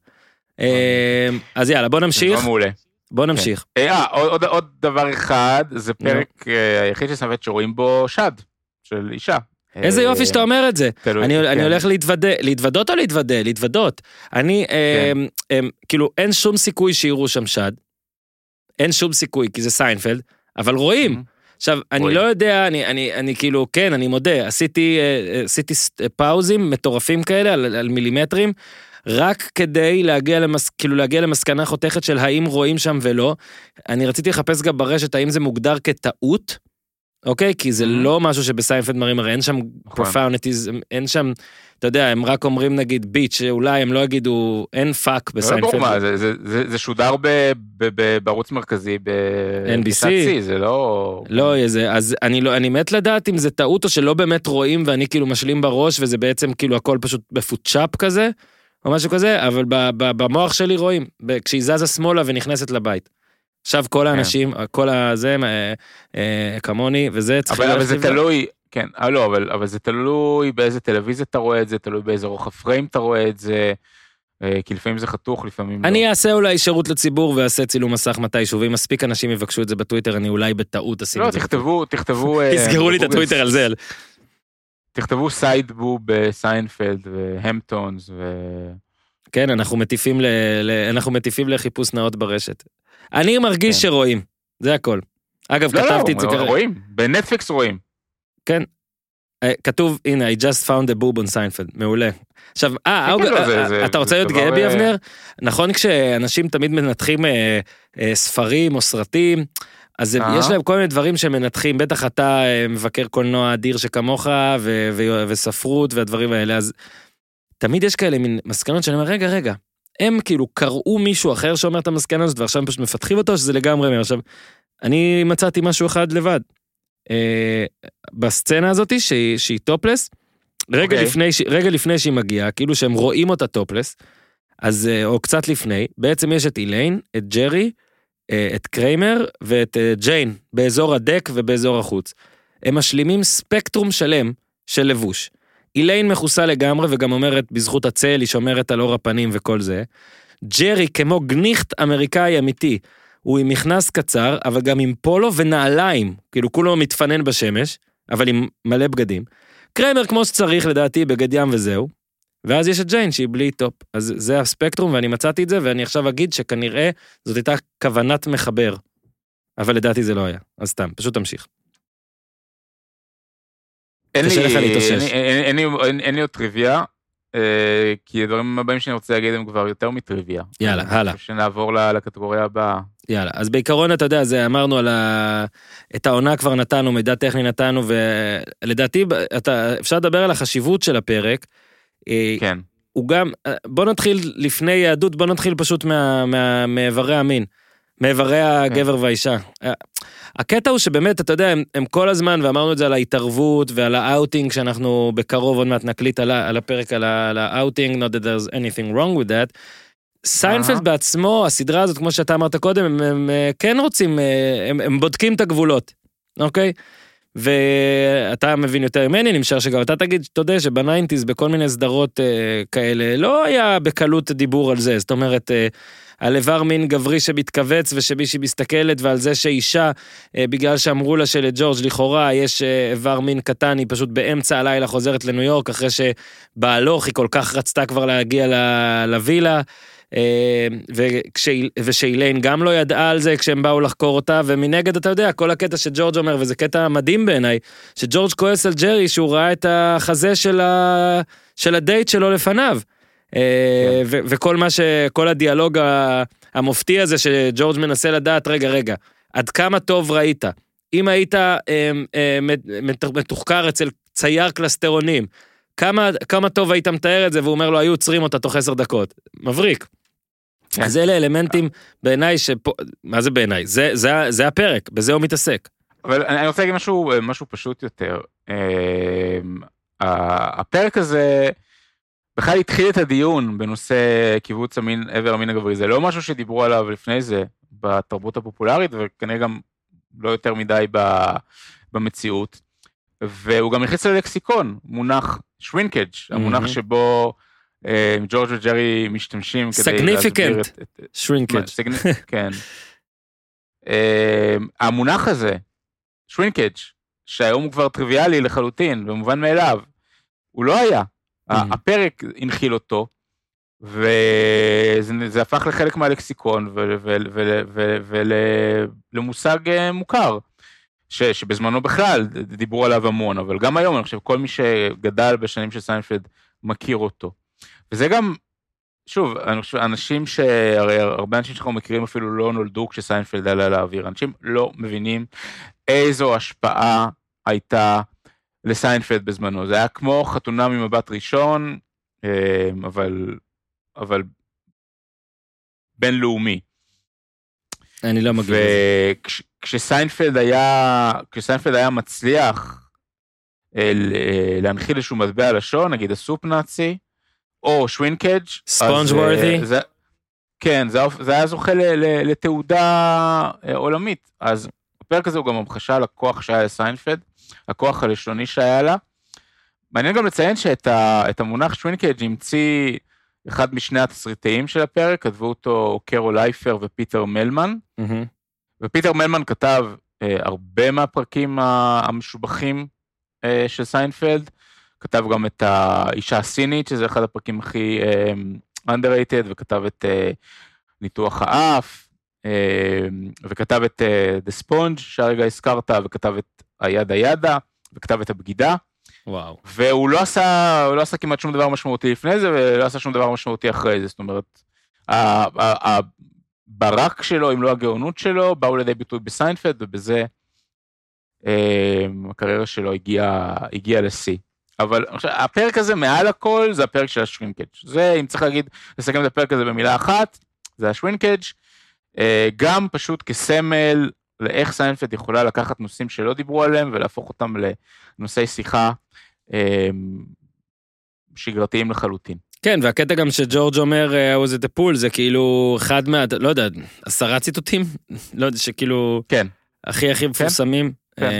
אז יאללה, בוא נמשיך. בוא נמשיך. עוד דבר אחד, זה פרק היחיד שסמבת שרואים בו שד, של אישה. איזה יופי שאתה אומר את זה. אני הולך להתוודות או להתוודות. אני, כאילו, אין שום סיכוי שיראו שם שד. אין שום סיכוי, כי זה סיינפלד, אבל רואים. עכשיו, אני לא יודע, אני כאילו, כן, אני מודה, עשיתי פאוזים מטורפים כאלה על מילימטרים, רק כדי להגיע למסקנה חותכת של האם רואים שם ולא. אני רציתי לחפש גם ברשת האם זה מוגדר כטעות, אוקיי? כי זה לא משהו שבסיינפלד מראים, הרי אין שם פרופאוניטיז, אין שם, אתה יודע, הם רק אומרים נגיד ביץ', שאולי הם לא יגידו, אין פאק בסיינפלד. זה שודר בערוץ מרכזי, ב-NBC, זה לא... לא, אז אני מת לדעת אם זה טעות או שלא באמת רואים, ואני כאילו משלים בראש, וזה בעצם כאילו הכל פשוט בפוטשאפ כזה, או משהו כזה, אבל במוח שלי רואים, כשהיא זזה שמאלה ונכנסת לבית. עכשיו כל האנשים, כל הזה, כמוני, וזה צריך... אבל זה תלוי, כן, לא, אבל זה תלוי באיזה טלוויזיה אתה רואה את זה, תלוי באיזה רוחב פריים אתה רואה את זה, כי לפעמים זה חתוך, לפעמים לא. אני אעשה אולי שירות לציבור ואעשה צילום מסך מתישהו, ואם מספיק אנשים יבקשו את זה בטוויטר, אני אולי בטעות אשים את זה. לא, תכתבו... תסגרו לי את הטוויטר על זה. תכתבו סיידבו בסיינפלד והמפטונס כן, אנחנו מטיפים לחיפוש נאות ברשת. אני מרגיש שרואים, זה הכל. אגב, כתבתי את זה כרגע. רואים, בנטפליקס רואים. כן. כתוב, הנה, I just found a boob on Seinfeld, מעולה. עכשיו, אתה רוצה להיות גאה בי, אבנר? נכון, כשאנשים תמיד מנתחים ספרים או סרטים, אז יש להם כל מיני דברים שמנתחים, בטח אתה מבקר קולנוע אדיר שכמוך, וספרות והדברים האלה, אז תמיד יש כאלה מין מסקנות שאני אומר, רגע, הם כאילו קראו מישהו אחר שאומר את המסקנה הזאת, ועכשיו הם פשוט מפתחים אותו, שזה לגמרי, עכשיו, אני מצאתי משהו אחד לבד, בסצנה הזאת שהיא טופלס, רגע לפני שהיא מגיעה, כאילו שהם רואים אותה טופלס, אז, או קצת לפני, בעצם יש את איליין, את ג'רי, את קריימר ואת ג'יין, באזור הדק ובאזור החוץ. הם משלימים ספקטרום שלם של לבוש. איליין מכוסה לגמרי וגם אומרת בזכות הצל, היא שומרת על אור הפנים וכל זה. ג'רי כמו גניחת אמריקאי אמיתי, הוא עם מכנס קצר, אבל גם עם פולו ונעליים, כאילו כולו מתפנן בשמש, אבל עם מלא בגדים. קריימר כמו שצריך לדעתי בגד ים וזהו, ואז יש את ג'יין שהיא בלי טופ, אז זה הספקטרום ואני מצאתי את זה, ואני עכשיו אגיד שכנראה זאת הייתה כוונת מחבר, אבל לדעתי זה לא היה, אז סתם, פשוט תמשיך. אין לי עוד טריוויה, כי הדברים הבאים שאני רוצה להגיד הם כבר יותר מטריוויה. יאללה, הלאה. שנעבור לקטגוריה הבאה. יאללה, אז בעיקרון אתה יודע, זה אמרנו את העונה כבר נתנו, מידע טכני נתנו, ולדעתי אפשר לדבר על החשיבות של הפרק, כן. הוא גם, בוא נתחיל לפני יהדות, בוא נתחיל פשוט מאיברי המין, מאיברי הגבר והאישה. הקטע הוא שבאמת, אתה יודע, הם כל הזמן, ואמרנו את זה על ההתערבות ועל האוטינג, שאנחנו בקרוב עוד מעט נקליט על הפרק על האוטינג, not that there's anything wrong with that. סיינפלד בעצמו, הסדרה הזאת, כמו שאתה אמרת קודם, הם כן רוצים, הם בודקים את הגבולות, אוקיי? ואתה מבין יותר ממני, נמשך שגם אתה תגיד, אתה יודע שבניינטיז בכל מיני סדרות כאלה, לא היה בקלות דיבור על זה, זאת אומרת, על איבר מין גברי שמתכווץ ושמישהי מסתכלת, ועל זה שאישה, בגלל שאמרו לה שלג'ורג' לכאורה יש איבר מין קטן, היא פשוט באמצע הלילה חוזרת לניו יורק, אחרי שבהלוך היא כל כך רצתה כבר להגיע לווילה, ושאיליין גם לא ידעה על זה כשהם באו לחקור אותה, ומנגד אתה יודע, כל הקטע שג'ורג' אומר, וזה קטע מדהים בעיניי, שג'ורג' כועס על ג'רי, שהוא ראה את החזה של הדייט שלו לפניו, וכל כל הדיאלוג המופתי הזה, שג'ורג' מנסה לדעת, רגע, עד כמה טוב ראית? אם היית מתוחקר אצל צייר קלסטרונים, כמה טוב היית מתאר את זה, והוא אומר לו, היו עוצרים אותה תוך 10 דקות. מבריק. אז אלה אלמנטים בעיניי מה זה בעיניי? זה הפרק, בזה הוא מתעסק. אבל אני רוצה להגיד משהו פשוט יותר. הפרק הזה בכלל התחיל את הדיון בנושא קיבוץ איבר המין הגברי. זה לא משהו שדיברו עליו לפני זה בתרבות הפופולרית, וכנראה גם לא יותר מדי במציאות. והוא גם נכנס ללקסיקון, מונח שרינקג', המונח שבו ג'ורג' וג'רי משתמשים כדי להסביר את... שרינקג'. כן. המונח הזה, שרינקג', שהיום הוא כבר טריוויאלי לחלוטין, במובן מאליו, הוא לא היה. הפרק הנחיל אותו, וזה הפך לחלק מהלקסיקון, ולמושג מוכר. שבזמנו בכלל דיברו עליו המון, אבל גם היום אני חושב כל מי שגדל בשנים של סיינפלד מכיר אותו. וזה גם, שוב, אני חושב, אנשים הרי הרבה אנשים שאנחנו מכירים אפילו לא נולדו כשסיינפלד עלה לאוויר, אנשים לא מבינים איזו השפעה הייתה לסיינפלד בזמנו. זה היה כמו חתונה ממבט ראשון, אבל בינלאומי. אני לא מגיע לזה. כשסיינפלד היה מצליח להנחיל איזשהו מטבע לשון, נגיד הסופ נאצי, או שרינקג' ספונג'וורתי. כן, זה היה זוכה לתעודה עולמית. אז הפרק הזה הוא גם המחשה על הכוח שהיה לסיינפלד, הכוח הלשוני שהיה לה. מעניין גם לציין שאת המונח שווינקייג' המציא אחד משני התסריטאים של הפרק, כתבו אותו קרול לייפר ופיטר מלמן, ופיטר מלמן כתב הרבה מהפרקים המשובחים של סיינפלד, כתב גם את האישה הסינית, שזה אחד הפרקים הכי underrated, וכתב את ניתוח האף, וכתב את The Sponge, שהרגע הזכרת, וכתב את הידה ידה, וכתב את הבגידה. וואו. והוא לא עשה כמעט שום דבר משמעותי לפני זה, ולא עשה שום דבר משמעותי אחרי זה, זאת אומרת, הברק שלו, אם לא הגאונות שלו, באו לידי ביטוי בסיינפלד, ובזה הקריירה שלו הגיעה לשיא. אבל הפרק הזה מעל הכל, זה הפרק של השווינקאג'. זה, אם צריך לסכם את הפרק הזה במילה אחת, זה השווינקאג', גם פשוט כסמל לאיך סיינפלד יכולה לקחת נושאים שלא דיברו עליהם, ולהפוך אותם לנושאי שיחה שגרתיים לחלוטין. כן, והקטע גם שג'ורג' אומר, how was it a pool, זה כאילו אחד לא יודע, 10 ציטוטים, לא יודע, שכאילו, כן. הכי מפורסמים.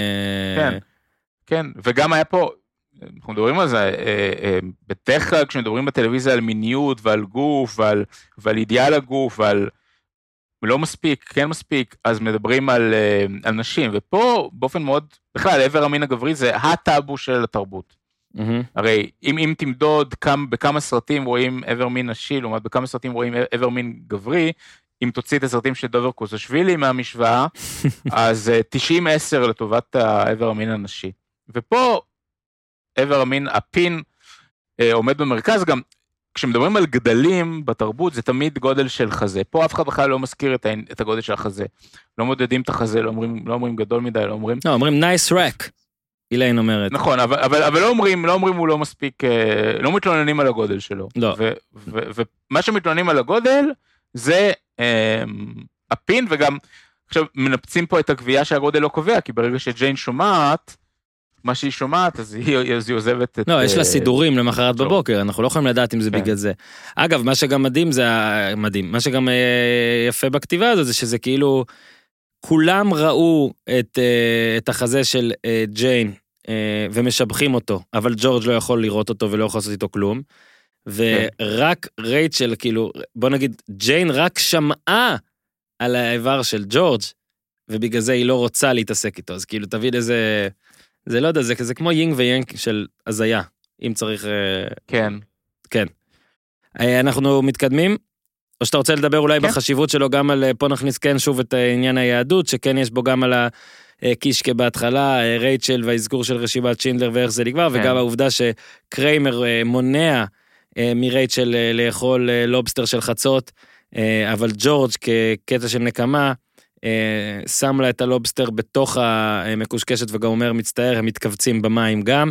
כן, וגם היה פה, אנחנו מדברים על זה, בדרך כלל כשמדברים בטלוויזיה על מיניות ועל גוף ועל אידיאל הגוף ועל לא מספיק, כן מספיק, אז מדברים על נשים, ופה באופן מאוד, בכלל, עבר המין הגברי זה הטאבו של התרבות. הרי אם תמדוד בכמה סרטים רואים עבר מין נשי, לעומת בכמה סרטים רואים עבר מין גברי, אם תוציא את הסרטים של דובר קוזשווילי מהמשוואה, אז 90-10 לטובת העבר המין הנשי. ופה עבר המין, הפין, עומד במרכז. גם כשמדברים על גדלים בתרבות, זה תמיד גודל של חזה. פה אף אחד בכלל לא מזכיר את הגודל של החזה. לא מודדים את החזה, לא אומרים גדול מדי, לא אומרים nice rack, אילן אומרת. נכון, אבל לא אומרים הוא לא מספיק, לא מתלוננים על הגודל שלו. לא. ומה שמתלוננים על הגודל, זה הפין, וגם עכשיו מנפצים פה את הקביעה שהגודל לא קובע, כי ברגע שג'יין שומעת, מה שהיא שומעת, אז היא עוזבת את... לא, יש לה סידורים למחרת בבוקר, אנחנו לא יכולים לדעת אם זה בגלל זה. אגב, מה שגם מדהים זה מדהים, מה שגם יפה בכתיבה הזאת, זה שזה כאילו, כולם ראו את החזה של ג'יין, ומשבחים אותו, אבל ג'ורג' לא יכול לראות אותו ולא יכול לעשות איתו כלום, ורק רייצ'ל, כאילו, בוא נגיד, ג'יין רק שמעה על האיבר של ג'ורג', ובגלל זה היא לא רוצה להתעסק איתו, אז כאילו תבין איזה... זה לא יודע, זה כמו יינג ויינג של הזיה, אם צריך... כן. כן. אנחנו מתקדמים, או שאתה רוצה לדבר אולי בחשיבות שלו גם על, פה נכניס כן שוב את עניין היהדות, שכן יש בו גם על הקישקה בהתחלה, רייצ'ל והאזכור של רשימת שינדלר ואיך זה נגמר, וגם העובדה שקריימר מונע מרייצ'ל לאכול לובסטר של חצות, אבל ג'ורג' כקטע של נקמה, שם לה את הלובסטר בתוך המקושקשת וגם אומר מצטער, הם מתכווצים במים גם.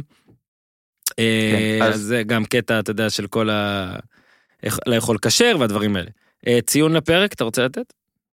אז זה גם קטע, אתה יודע, של כל לאכול כשר והדברים האלה. ציון לפרק, אתה רוצה לתת?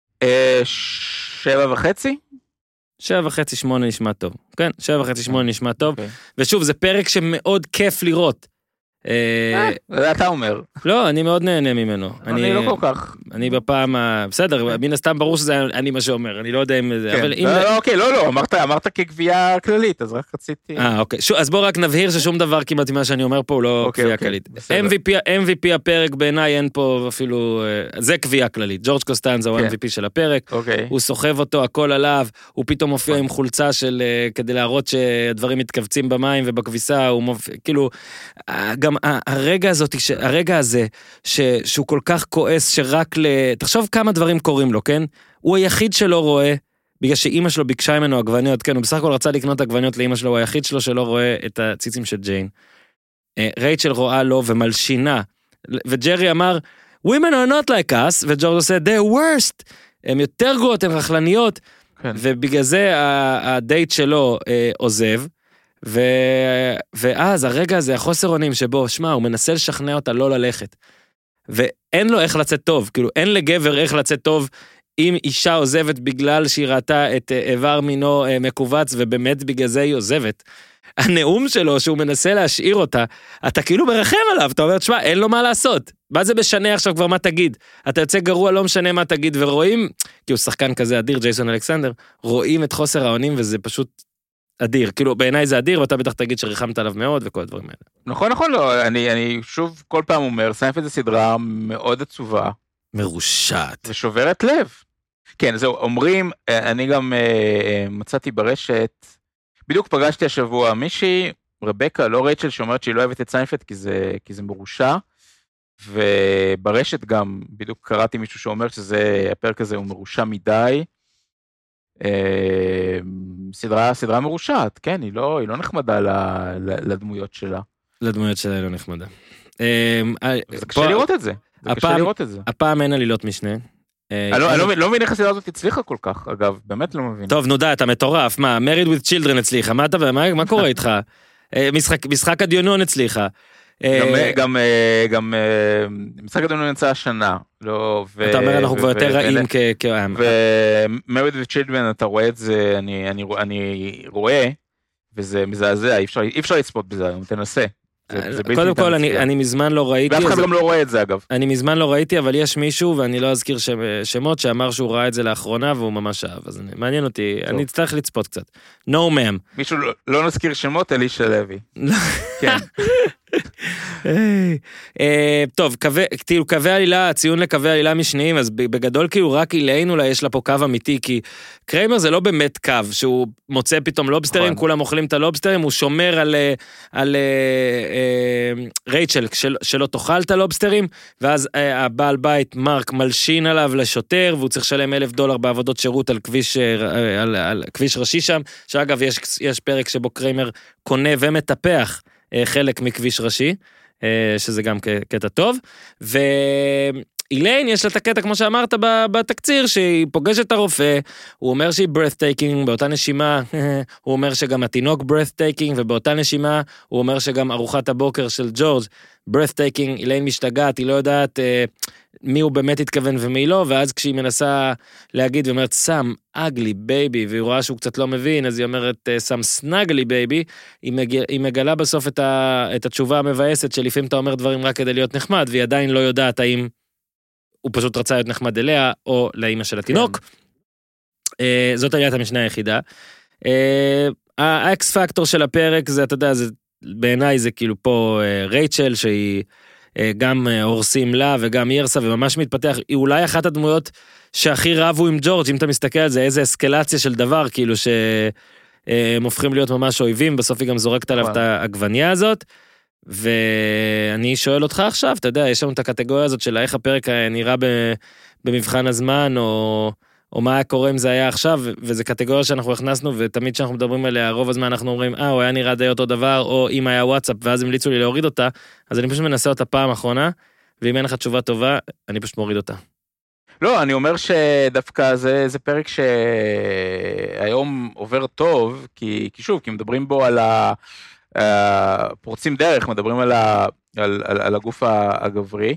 7.5? 7.5, 8 נשמע טוב. כן, 7.5, 8 נשמע טוב. ושוב, זה פרק שמאוד כיף לראות. זה אתה אומר. לא, אני מאוד נהנה ממנו. אני לא כל כך. אני בפעם, בסדר, מן הסתם ברור שזה אני מה שאומר, אני לא יודע אם זה, אבל אם... אוקיי, לא, אמרת כקביעה כללית, אז רק רציתי... אוקיי, אז בוא רק נבהיר ששום דבר כמעט מה שאני אומר פה הוא לא קביעה כללית. MVP הפרק בעיניי אין פה אפילו, זה קביעה כללית, ג'ורג' קוסטנזה הוא MVP של הפרק, הוא סוחב אותו, הכל עליו, הוא פתאום מופיע עם חולצה של, כדי להראות שהדברים מתכווצים במים ובכביסה, הוא מופיע, כאילו, גם הרגע הזה, שהוא כל כך כועס שרק תחשוב כמה דברים קורים לו, כן? הוא היחיד שלא רואה, בגלל שאמא שלו ביקשה ממנו עגבניות, כן? הוא בסך הכל רצה לקנות עגבניות לאמא שלו, הוא היחיד שלו שלא רואה את הציצים של ג'יין. רייצ'ל רואה לו ומלשינה, וג'רי אמר, Women are not like us, וג'ורג' עושה, they're worst, הם יותר גרועות, הן רכלניות, ובגלל זה הדייט שלו עוזב, ואז הרגע הזה, החוסר אונים שבו, שמה, הוא מנסה לשכנע אותה לא ללכת, ואין לו איך לצאת טוב, כאילו אין לגבר איך לצאת טוב, אם אישה עוזבת בגלל שהיא ראתה את איבר מינו מקובץ, ובאמת בגלל זה היא עוזבת, הנאום שלו שהוא מנסה להשאיר אותה, אתה כאילו מרחם עליו, אתה אומר, תשמע, אין לו מה לעשות, מה זה משנה עכשיו כבר מה תגיד? אתה יוצא גרוע, לא משנה מה תגיד, ורואים, כי הוא שחקן כזה אדיר, ג'ייסון אלכסנדר, רואים את חוסר האונים, וזה פשוט אדיר. כאילו, בעיניי זה אדיר, ואתה בטח תגיד שריחמת עליו מאוד, וכל הדברים האלה. נכון, לא, אני שוב כל פעם אומר, סיינפלד זה סדרה מאוד עצובה. מרושעת. ושוברת לב. כן, זהו, אומרים, אני גם מצאתי ברשת, בדיוק פגשתי השבוע מישהי, רבקה, לא רייצ'ל, שאומרת שהיא לא אוהבת את סיינפלד, כי זה מרושע, וברשת גם, בדיוק קראתי מישהו שאומר הפרק הזה הוא מרושע מדי, סדרה מרושעת, כן, היא לא נחמדה לדמויות שלה. לדמויות שלה היא לא נחמדה. זה קשה לראות את זה. הפעם אין עלילות משנה. אני לא מבין איך הסדרה הזאת הצליחה כל כך, אגב, באמת לא מבין. טוב, נו די, אתה מטורף, מה, Married with Children הצליחה, מה קורה איתך? משחק הדיונון הצליחה. גם משחק הדיונון יצא השנה. אתה אומר, אנחנו כבר יותר רעים כעם. ו-Married with Children, אתה רואה את זה, אני רואה, וזה מזעזע, אי אפשר לצפות בזה, תנסה. קודם כל, אני מזמן לא ראיתי. ואף אחד גם לא רואה את זה, אגב. אני מזמן לא ראיתי, אבל יש מישהו, ואני לא אזכיר שמות, שאמר שהוא ראה את זה לאחרונה, והוא ממש אהב. אז מעניין אותי, אני אצטרך לצפות קצת. No ma'am. מישהו, לא נזכיר שמות, אלישע לוי. כן. טוב, קווי עלילה, ציון לקווי עלילה משניים, אז בגדול כאילו רק איליין אולי יש לה פה קו אמיתי, כי קריימר זה לא באמת קו, שהוא מוצא פתאום לובסטרים, כולם אוכלים את הלובסטרים, הוא שומר על רייצ'ל שלא תאכל את הלובסטרים, ואז הבעל בית מרק מלשין עליו לשוטר, והוא צריך לשלם $1,000 בעבודות שירות על כביש ראשי שם, שאגב יש פרק שבו קריימר קונה ומטפח חלק מכביש ראשי, שזה גם קטע טוב, ואיליין יש לה את הקטע, כמו שאמרת בתקציר, שהיא פוגשת את הרופא, הוא אומר שהיא breathtaking, באותה נשימה, הוא אומר שגם התינוק breathtaking, ובאותה נשימה, הוא אומר שגם ארוחת הבוקר של ג'ורג' breathtaking, איליין משתגעת, היא לא יודעת מי הוא באמת התכוון ומי לא, ואז כשהיא מנסה להגיד, ואומרת, סם אגלי בייבי, והיא רואה שהוא קצת לא מבין, אז היא אומרת, סם סנגלי בייבי, היא מגלה בסוף את התשובה המבאסת, שלפעמים אתה אומר דברים רק כדי להיות נחמד, והיא עדיין לא יודעת האם הוא פשוט רצה להיות נחמד אליה, או לאמא של התינוק. זאת עליית המשנה היחידה. האקס פקטור של הפרק, זה, אתה יודע, בעיניי זה כאילו פה רייצ'ל, שהיא גם הורסים לה וגם ירסה, וממש מתפתח, היא אולי אחת הדמויות שהכי רבו עם ג'ורג', אם אתה מסתכל על זה, איזה אסקלציה של דבר, כאילו שהם הופכים להיות ממש אויבים, בסוף היא גם זורקת עליו את העגבניה הזאת, ואני שואל אותך עכשיו, אתה יודע, יש לנו את הקטגוריה הזאת של איך הפרק נראה במבחן הזמן, או מה היה קורה אם זה היה עכשיו, וזה קטגוריה שאנחנו הכנסנו, ותמיד שאנחנו מדברים עליה, רוב הזמן אנחנו אומרים, הוא היה נראה די אותו דבר, או אם היה וואטסאפ, ואז המליצו לי להוריד אותה, אז אני פשוט מנסה אותה פעם אחרונה, ואם אין לך תשובה טובה, אני פשוט מוריד אותה. לא, אני אומר שדווקא זה פרק שהיום עובר טוב, כי שוב, כי מדברים בו על פורצים דרך, מדברים על הגוף הגברי,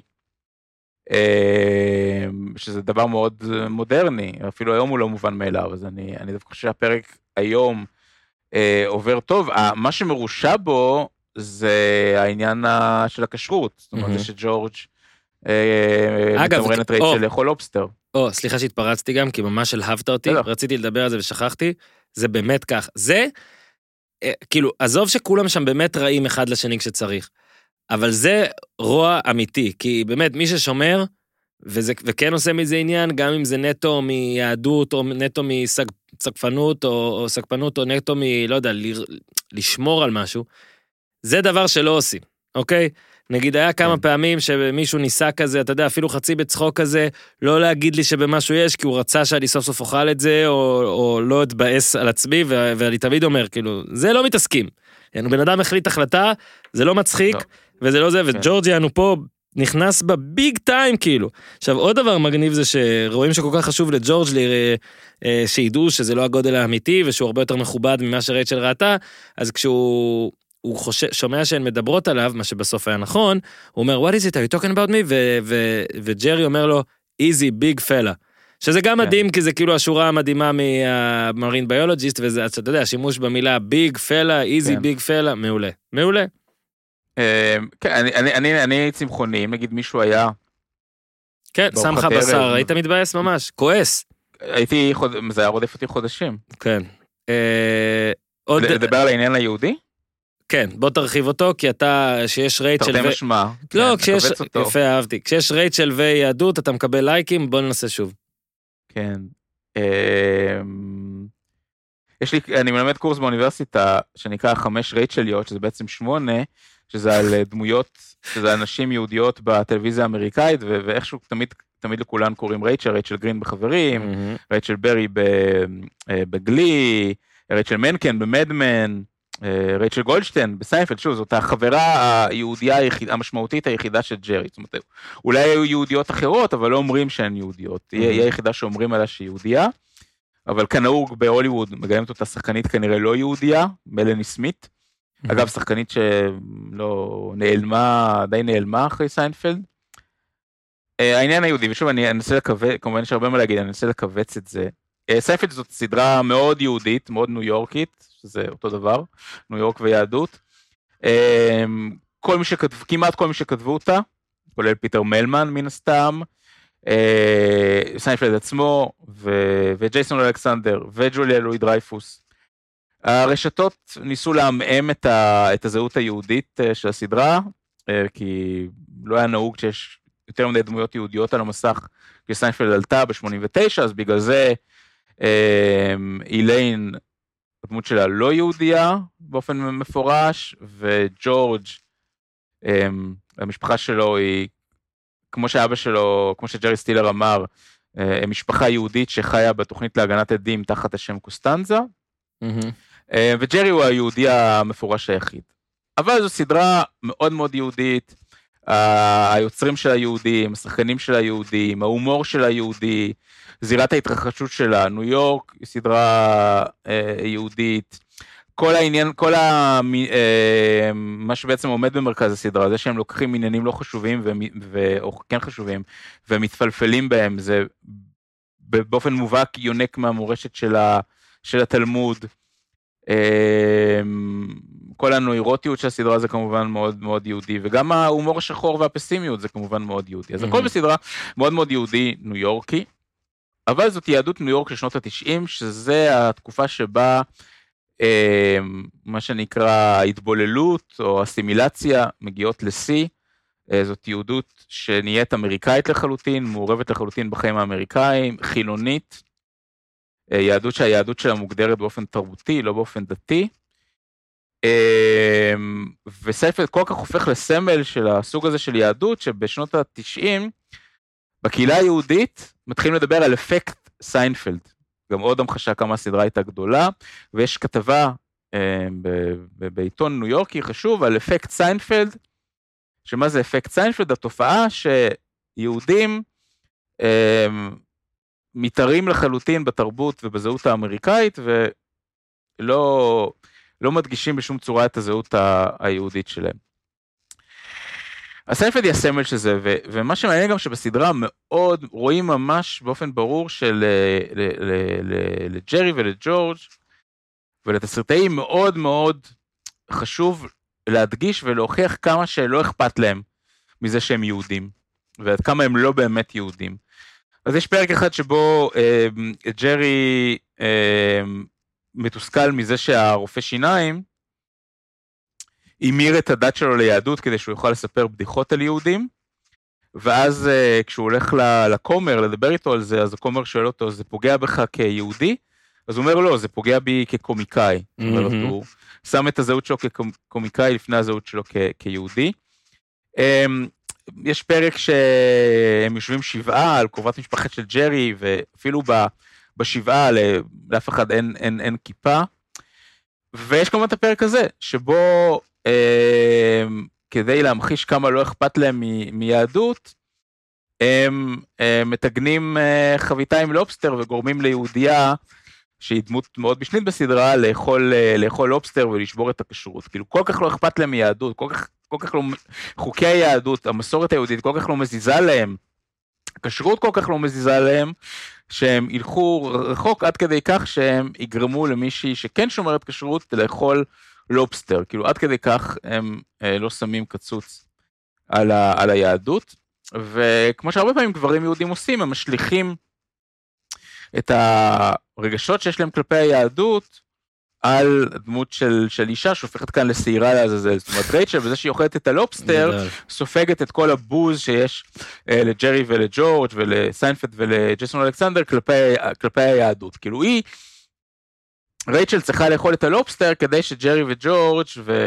שזה דבר מאוד מודרני, אפילו היום הוא לא מובן מאליו, אז אני דווקא חושב שהפרק היום עובר טוב. מה שמרושע בו זה העניין של הכשרות, זאת אומרת, זה שג'ורג' מתמרן את רייצ'ל לאכול לובסטר. סליחה שהתפרצתי גם, כי ממש הלהבת אותי, רציתי לדבר על זה ושכחתי, זה באמת כך, זה, כאילו, עזוב שכולם שם באמת רעים אחד לשני כשצריך, אבל זה רוע אמיתי, כי באמת מי ששומר, וכן עושה מזה עניין, גם אם זה נטו מיהדות, או נטו מסקפנות, או סקפנות, או נטו לא יודע, לשמור על משהו, זה דבר שלא עושים, אוקיי? נגיד היה כמה פעמים שמישהו ניסה כזה, אתה יודע, אפילו חצי בצחוק כזה, לא להגיד לי שבמשהו יש, כי הוא רצה שאני סוף סוף אוכל את זה, או לא אתבאס על עצמי, ואני תמיד אומר, כאילו, זה לא מתעסקים. בן אדם החליט החלטה, זה לא מצחיק, וזה לא זה, וג'ורג'י אנו פה נכנס בביג טיים, כאילו. עכשיו, עוד דבר מגניב זה שרואים שכל כך חשוב לג'ורג' שידעו שזה לא הגודל האמיתי, ושהוא הרבה יותר מכובד ממה שרייצ'ל ראתה, אז כשהוא שומע שהן מדברות עליו, מה שבסוף היה נכון, הוא אומר, what is it, are you talking about me? וג'רי אומר לו, easy big fella. שזה גם מדהים, כי זה כאילו השורה המדהימה מהמרין ביולוג'יסט, וזה, אתה יודע, השימוש במילה ביג פלה, איזי ביג פלה, מעולה. מעולה. כן, אני צמחוני, אם נגיד מישהו היה... כן, שם לך בשר, היית מתבאס ממש, כועס. זה היה רודף אותי חודשים. כן. לדבר על העניין היהודי? כן, בוא תרחיב אותו, כי שיש רייצ'ל תרתי משמע. לא, יפה, אהבתי. כשיש רייצ'ל ויהדות, אתה מקבל לייקים, בוא ננסה שוב. כן. אני מלמד קורס באוניברסיטה, שנקרא 5 רייצ'ליות, שזה בעצם 8, שזה על דמויות, שזה אנשים יהודיות בטלוויזיה האמריקאית, ואיכשהו תמיד לכולן קוראים רייצ'ל גרין בחברים, רייצ'ל ברי בגלי, רייצ'ל מנקן במדמן, רייצ'ל גולדשטיין בסיינפלד, שוב, זאת החברה היהודיה המשמעותית היחידה של ג'רי, זאת אומרת, אולי היו יהודיות אחרות, אבל לא אומרים שהן יהודיות, היא היחידה שאומרים עליה שהיא יהודיה, אבל כנהוג בהוליווד, מגלמת אותה שחקנית כנראה לא יהודיה, מלני סמית, אגב, שחקנית שלא נעלמה, די נעלמה אחרי סיינפלד. העניין היהודי, ושוב, אני אנסה לקווץ, כמובן יש הרבה מה להגיד, אני אנסה לקווץ את זה. סיינפלד זאת סדרה מאוד יהודית, מאוד ניו יורקית, שזה אותו דבר, ניו יורק ויהדות. כמעט כל מי שכתבו אותה, כולל פיטר מלמן מן הסתם, סיינפלד עצמו, וג'ייסון אלכסנדר, וג'וליה לואי דרייפוס. הרשתות ניסו לעמעם את הזהות היהודית של הסדרה, כי לא היה נהוג שיש יותר מדי דמויות יהודיות על המסך, כי סיינפלד עלתה ב-89, אז בגלל זה איליין, הדמות שלה לא יהודייה באופן מפורש, וג'ורג', המשפחה שלו היא, כמו שאבא שלו, כמו שג'רי סטילר אמר, משפחה יהודית שחיה בתוכנית להגנת עדים תחת השם קוסטנזה, וג'רי הוא היהודי המפורש היחיד. אבל זו סדרה מאוד מאוד יהודית, היוצרים של היהודים, השחקנים של היהודים, ההומור של היהודי, זירת ההתרחשות שלה, ניו יורק היא סדרה יהודית, כל העניין, מה שבעצם עומד במרכז הסדרה, זה שהם לוקחים עניינים לא חשובים, או כן חשובים, ומתפלפלים בהם, זה באופן מובהק יונק מהמורשת של התלמוד, כל הנוירוטיות של הסדרה זה כמובן מאוד מאוד יהודי, וגם ההומור השחור והפסימיות זה כמובן מאוד יהודי, אז הכל בסדרה מאוד מאוד יהודי ניו יורקי, אבל זאת יהדות ניו יורק של שנות ה-90, שזה התקופה שבה מה שנקרא ההתבוללות או הסימילציה מגיעות לשיא, זאת יהודות שנהיית אמריקאית לחלוטין, מעורבת לחלוטין בחיים האמריקאים, חילונית, יהדות שהיהדות שלה מוגדרת באופן תרבותי, לא באופן דתי, וסיינפלד כל כך הופך לסמל של הסוג הזה של יהדות, שבשנות ה-90, בקהילה היהודית, מתחילים לדבר על אפקט סיינפלד, גם עוד המחשה כמה הסדרה הייתה גדולה, ויש כתבה בעיתון ניו יורקי חשוב, על אפקט סיינפלד, שמה זה אפקט סיינפלד? התופעה שיהודים מתארים לחלוטין בתרבות ובזהות האמריקאית, ולא מדגישים בשום צורה את הזהות היהודית שלהם. סיינפלד היא הסמל של זה, ומה שמעניין גם שבסדרה מאוד רואים ממש באופן ברור לג'רי ולג'ורג' ולתסריטאים מאוד מאוד חשוב להדגיש ולהוכיח כמה שלא אכפת להם מזה שהם יהודים, ועד כמה הם לא באמת יהודים. אז יש פרק אחד שבו ג'רי מתוסכל מזה שהרופא שיניים המיר את הדת שלו ליהדות כדי שהוא יוכל לספר בדיחות על יהודים, ואז כשהוא הולך לכומר לדבר איתו על זה, אז הכומר שואל אותו, זה פוגע בך כיהודי? אז הוא אומר לו, זה פוגע בי כקומיקאי. הוא שם את הזהות שלו כקומיקאי לפני הזהות שלו כיהודי. יש פרק שהם יושבים שבעה על קרובת משפחת של ג'רי, ואפילו בשבעה לאף אחד אין כיפה. ויש כמובן את הפרק הזה, שבו כדי להמחיש כמה לא אכפת להם מיהדות, הם מתגנים חביתה עם לובסטר וגורמים ליהודייה, שהיא דמות מאוד משנית בסדרה, לאכול לובסטר ולשבור את הכשרות. כאילו כל כך לא אכפת להם מיהדות, כל כך לא, חוקי היהדות, המסורת היהודית כל כך לא מזיזה להם, הכשרות כל כך לא מזיזה להם, שהם ילכו רחוק עד כדי כך שהם יגרמו למישהי שכן שומרת כשרות לאכול לובסטר, כאילו עד כדי כך הם לא שמים קצוץ על היהדות, וכמו שהרבה פעמים גברים יהודים עושים, הם משליכים את הרגשות שיש להם כלפי היהדות, על דמות של אישה שהופכת כאן לשעירה לעזאזל, זאת אומרת רייצ'ל, וזה שהיא אוכלת את הלובסטר, סופגת את כל הבוז שיש לג'רי ולג'ורג' ולסיינפלד ולג'ייסון אלכסנדר כלפי היהדות, כאילו רייצ'ל צריכה לאכול את הלובסטר כדי שג'רי וג'ורג'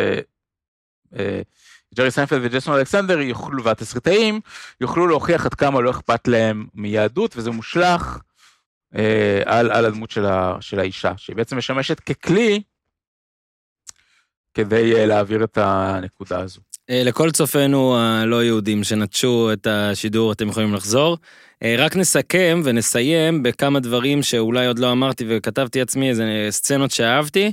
ג'רי סיינפלד וג'ייסון אלכסנדר יוכלו, והתסריטאים יוכלו להוכיח עד כמה לא אכפת להם מיהדות, וזה מושלך על הדמות של האישה, שהיא בעצם משמשת ככלי כדי להעביר את הנקודה הזו. לכל צופינו הלא יהודים שנטשו את השידור, אתם יכולים לחזור. רק נסכם ונסיים בכמה דברים שאולי עוד לא אמרתי וכתבתי עצמי, איזה סצנות שאהבתי.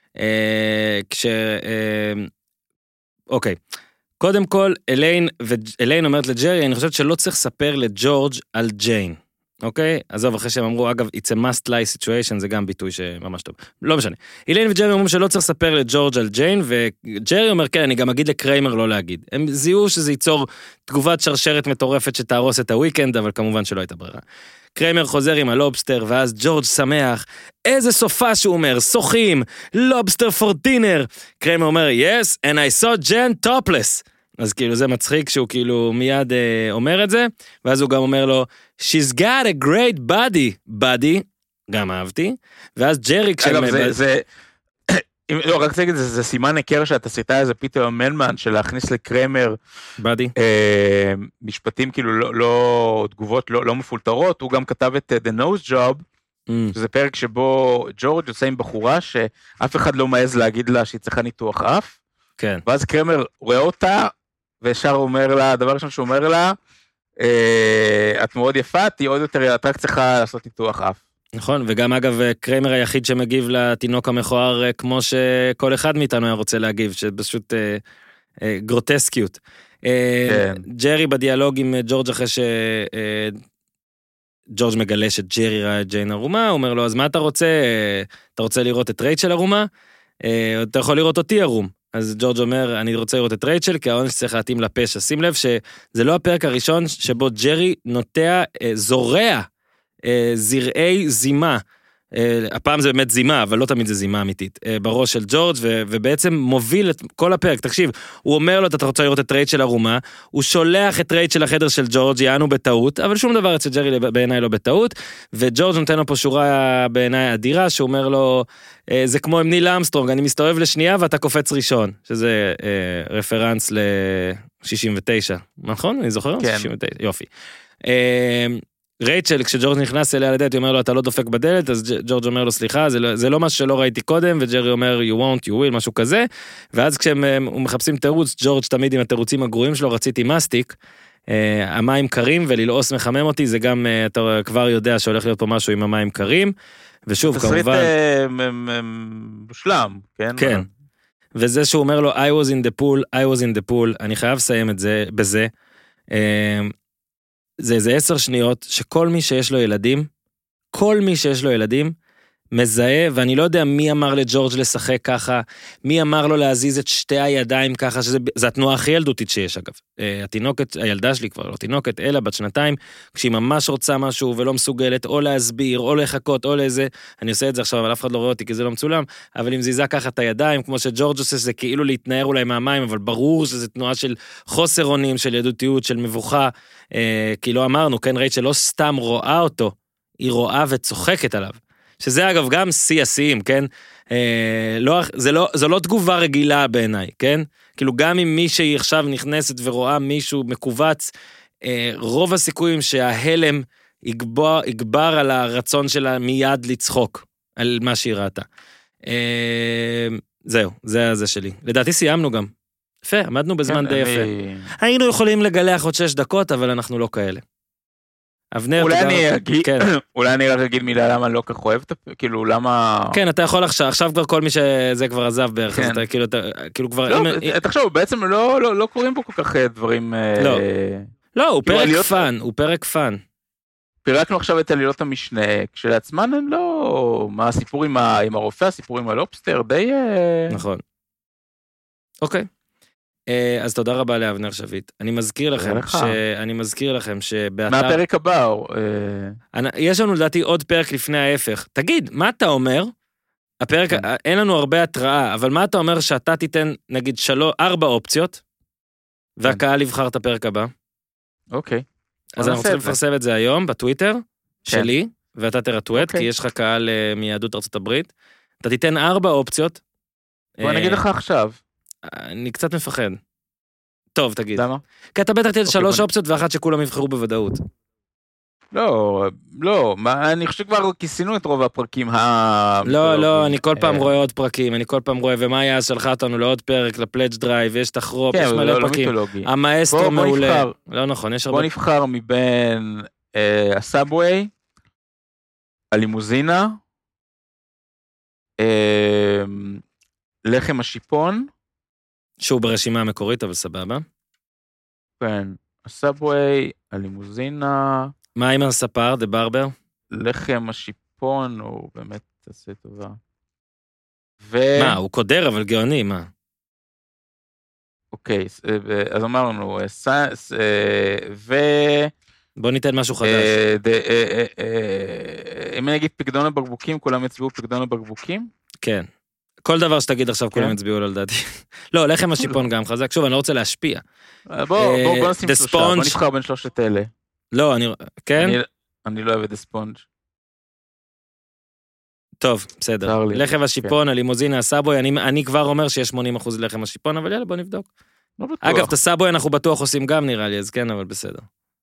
אוקיי. קודם כל, אליין אומרת לג'רי, אני חושבת שלא צריך לספר לג'ורג' על ג'יין. אוקיי? עזוב, אחרי שהם אמרו, אגב, it's a must lie situation, זה גם ביטוי שממש טוב. לא משנה. אליין וג'רי אומרים שלא צריך לספר לג'ורג' על ג'יין, וג'רי אומר, כן, אני גם אגיד לקריימר לא להגיד. הם זיהו שזה ייצור תגובת שרשרת מטורפת שתהרוס את הוויקנד, אבל כמובן שלא הייתה ברירה. קריימר חוזר עם הלובסטר, ואז ג'ורג' שמח. איזה סופה שהוא אומר, שוחים, לובסטר for dinner. קריימר אומר, yes, and I saw Jen topless. אז כאילו זה מצחיק שהוא כאילו מיד אומר את זה, ואז הוא גם אומר לו, she's got a great body, גם אהבתי, ואז ג'רי אגב, לא, רק תגיד, זה סימן הכר שהתסריטאי הזה פיטר מלמן, של להכניס לקרמר, משפטים כאילו לא, תגובות לא מפולטרות, הוא גם כתב את The Nose Job, שזה פרק שבו ג'ורג' יוצא עם בחורה, שאף אחד לא מעז להגיד לה שהיא צריכה ניתוח אף, כן. ואז קרמר רואה אותה, וישר אומר לה, הדבר ראשון שהוא אומר לה, את מאוד יפה, תהי עוד יותר, את רק צריכה לעשות ניתוח אף. נכון, וגם אגב, קריימר היחיד שמגיב לתינוק המכוער, כמו שכל אחד מאיתנו היה רוצה להגיב, שפשוט גרוטסקיות. ג'רי בדיאלוג עם ג'ורג' אחרי ג'ורג' מגלה שג'רי ראה את ג'יין ערומה, הוא אומר לו, אז מה אתה רוצה? אתה רוצה לראות את רייצ'ל ערומה? אתה יכול לראות אותי ערום. אז ג'ורג' אומר, אני רוצה לראות את רייצ'ל, כי העונש צריך להתאים לפשע. שים לב שזה לא הפרק הראשון שבו ג'רי נוטע, זורע, זרעי זימה. הפעם זה באמת זימה, אבל לא תמיד זה זימה אמיתית. בראש של ג'ורג' ובעצם מוביל את כל הפרק. תקשיב, הוא אומר לו, אתה רוצה לראות את רייצ'ל ערומה, הוא שולח את רייצ'ל לחדר של ג'ורג', יענו בטעות, אבל שום דבר אצל ג'רי בעיניי לא בטעות, וג'ורג' נותן לו פה שורה בעיניי אדירה, שהוא אומר לו, זה כמו עם ניל אמסטרונג, אני מסתובב לשנייה ואתה קופץ ראשון, שזה רפרנס ל-69, נכון? אני זוכר? כן. 69, יופי. רייצ'ל, כשג'ורג' נכנס אליה לדלת, הוא אומר לו, אתה לא דופק בדלת, אז ג'ורג' אומר לו, סליחה, זה לא משהו שלא ראיתי קודם, וג'רי אומר, you won't, you will, משהו כזה, ואז כשהם מחפשים תירוץ, ג'ורג' תמיד עם התירוצים הגרועים שלו, רציתי מסטיק, המים קרים וללעוס מחמם אותי, זה גם, אתה כבר יודע שהולך להיות פה משהו עם המים קרים, ושוב, כמובן... מושלם, כן? כן, וזה שהוא אומר לו, I was in the pool, אני חייב לסיים את זה, בזה, זה איזה 10 שניות שכל מי שיש לו ילדים, מזהה, ואני לא יודע מי אמר לג'ורג' לשחק ככה, מי אמר לו להזיז את שתי הידיים ככה, זה התנועה הכי ילדותית שיש אגב. התינוקת, הילדה שלי כבר לא תינוקת, אלא בת 2, כשהיא ממש רוצה משהו ולא מסוגלת, או להסביר, או לחכות, או לאיזה, אני עושה את זה עכשיו, אבל אף אחד לא רואה אותי, כי זה לא מצולם, אבל אם זיזה ככה את הידיים, כמו שג'ורג' עושה, זה כאילו להתנער אולי מהמים, אבל ברור שזה תנועה של חוסר אונים, של ילדותיות, של מבוכה, כי לא אמרנו, כן, רייצ'ל לא סתם רואה אותו, היא רואה וצוחקת עליו. שזה אגב גם שיא השיאים, כן? זו לא תגובה רגילה בעיניי, כן? כאילו גם אם מישהי עכשיו נכנסת ורואה מישהו מקובץ, רוב הסיכויים שההלם יגבר על הרצון שלה מיד לצחוק, על מה שהיא ראתה. זהו, זה שלי. לדעתי סיימנו גם. יפה, עמדנו בזמן די יפה. היינו יכולים לגלח עוד 6 דקות, אבל אנחנו לא כאלה. אבנר, אולי אני רק אגיד מילה למה אני לא כך אוהב, כאילו למה... כן, אתה יכול עכשיו כבר כל מי שזה כבר עזב בערך, אז אתה כאילו כבר... לא, תחשוב, בעצם לא קוראים פה כל כך דברים... לא, הוא פרק פן. פירקנו עכשיו את עלילות המשנה, כשלעצמן הן לא... מה הסיפור עם הרופא, הסיפור עם הלובסטר, די... נכון. אוקיי. אז תודה רבה לאבנר שביט. אני מזכיר לכם שבאתר... מה הפרק הבא? יש לנו לדעתי עוד פרק לפני ההפך. תגיד, מה אתה אומר? הפרק, אין לנו הרבה התראה, אבל מה אתה אומר שאתה תיתן, נגיד, 4 אופציות, והקהל יבחר את הפרק הבא? אוקיי. אז אנחנו צריכים לפרסם את זה היום, בטוויטר שלי, ואתה תרטווט, כי יש לך קהל מיהדות ארצות הברית. אתה תיתן 4 אופציות. בוא נגיד לך עכשיו. אני קצת מפחד. טוב, תגיד. למה? כי אתה בטח תהיה 3 אופציות, ואחת שכולם יבחרו בוודאות. לא, אני חושב כבר כיסינו את רוב הפרקים לא, אני כל פעם רואה עוד פרקים, ומה היה שלחה אותנו לעוד פרק, לפלאג' דרייב, יש תחרופ, יש מלא פרקים. המאסטרו מעולה. לא נכון, יש הרבה... בוא נבחר מבין הסאבווי, הלימוזינה, לחם השיפון, שהוא ברשימה המקורית, אבל סבבה. כן, הסאבווי, הלימוזינה. מה עם הספר, דה ברבר? לחם השיפון, הוא באמת תעשה טובה. מה, הוא קודר, אבל גאוני, מה? אוקיי, אז אמרנו, בוא ניתן משהו חדש. אם אני אגיד פקדון הבקבוקים, כולם יצביעו פקדון הבקבוקים? כן. כל דבר שתגיד עכשיו כולם יצביעו לו לדעתי. לא, לחם השיפון גם חזק. שוב, אני לא רוצה להשפיע. בוא נשים 3, בוא נבחר בין 3 אלה. לא, כן? אני לא אוהב את הספונג'. טוב, בסדר. לחם השיפון, הלימוזינה, הסאבוי, אני כבר אומר שיש 80% לחם השיפון, אבל יאללה, בוא נבדוק. אגב, את הסאבוי אנחנו בטוח עושים גם נראה לי, אז כן, אבל בסדר.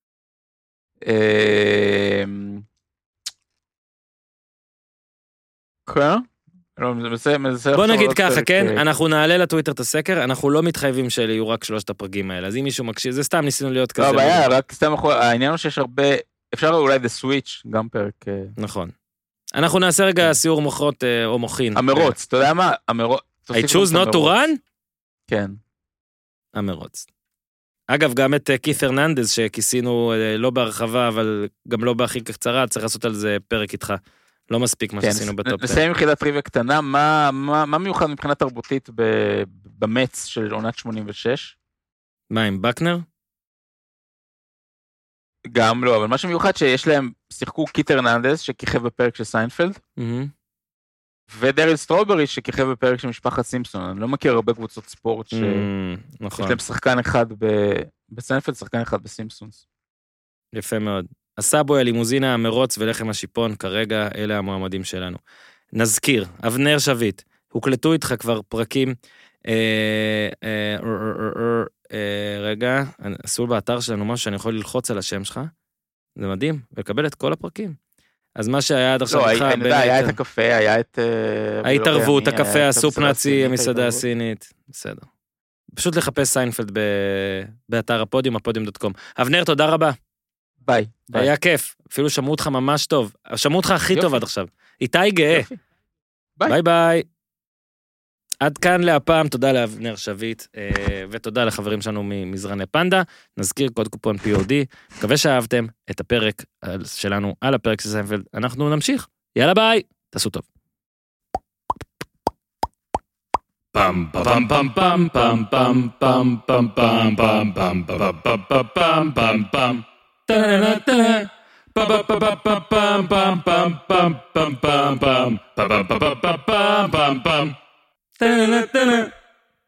כן? בוא נגיד ככה, כן? אנחנו נעלה לטוויטר את הסקר, אנחנו לא מתחייבים שיהיו רק 3 הפרקים האלה, אז אם מישהו מקשיב, זה סתם ניסינו להיות כזה. לא, בעיה, רק סתם, העניין הוא שיש הרבה, אפשר אולי The Switch, גם פרק. נכון. אנחנו נעשה רגע סיור מוחות או מוכין. המרוץ, אתה יודע מה? I choose not to run? כן. המרוץ. אגב, גם את קית' הרננדז, שכיסינו לא בהרחבה, אבל גם לא בהכי קצרה, צריך לעשות על זה פרק איתך. לא מספיק מה שעשינו בטופ. נסיים עם חידת טריוויה קטנה, מה מיוחד מבחינה תרבותית במץ של עונת 86? מה, עם בקנר? גם לא, אבל מה שמיוחד שיש להם, שיחקו קית' הרננדז, שכיכב בפרק של סיינפלד, ודריל סטרוברי, שכיכב בפרק של משפחת סימפסון. אני לא מכיר הרבה קבוצות ספורט, שיש להם שחקן אחד בסיינפלד, שחקן אחד בסימפסונס. יפה מאוד. הסאבוי, הלימוזינה, המרוץ ולחם השיפון, כרגע אלה המועמדים שלנו. נזכיר, אבנר שביט, הוקלטו איתך כבר פרקים, רגע, עשו באתר שלנו משהו שאני יכול ללחוץ על השם שלך, זה מדהים, ולקבל את כל הפרקים. אז מה שהיה עד עכשיו... לא, אני יודע, היה את הקפה, היה את... ההתערבות, הקפה, הסופ נאצי, המסעדה הסינית, בסדר. פשוט לחפש סיינפלד באתר הפודיום, הפודיום.com. אבנר, תודה רבה. ביי. היה כיף, אפילו שמעו אותך ממש טוב. שמעו אותך הכי טוב עד עכשיו. איתי גאה. ביי ביי. עד כאן להפעם, תודה לאבנר שביט, ותודה לחברים שלנו ממזרני פנדה. נזכיר קוד קופון POD. מקווה שאהבתם את הפרק שלנו על הפרק של סיינפלד. אנחנו נמשיך. יאללה ביי. תעשו טוב. פם פם פם פם פם פם פם פם פם פם פם פם פם פם פם פם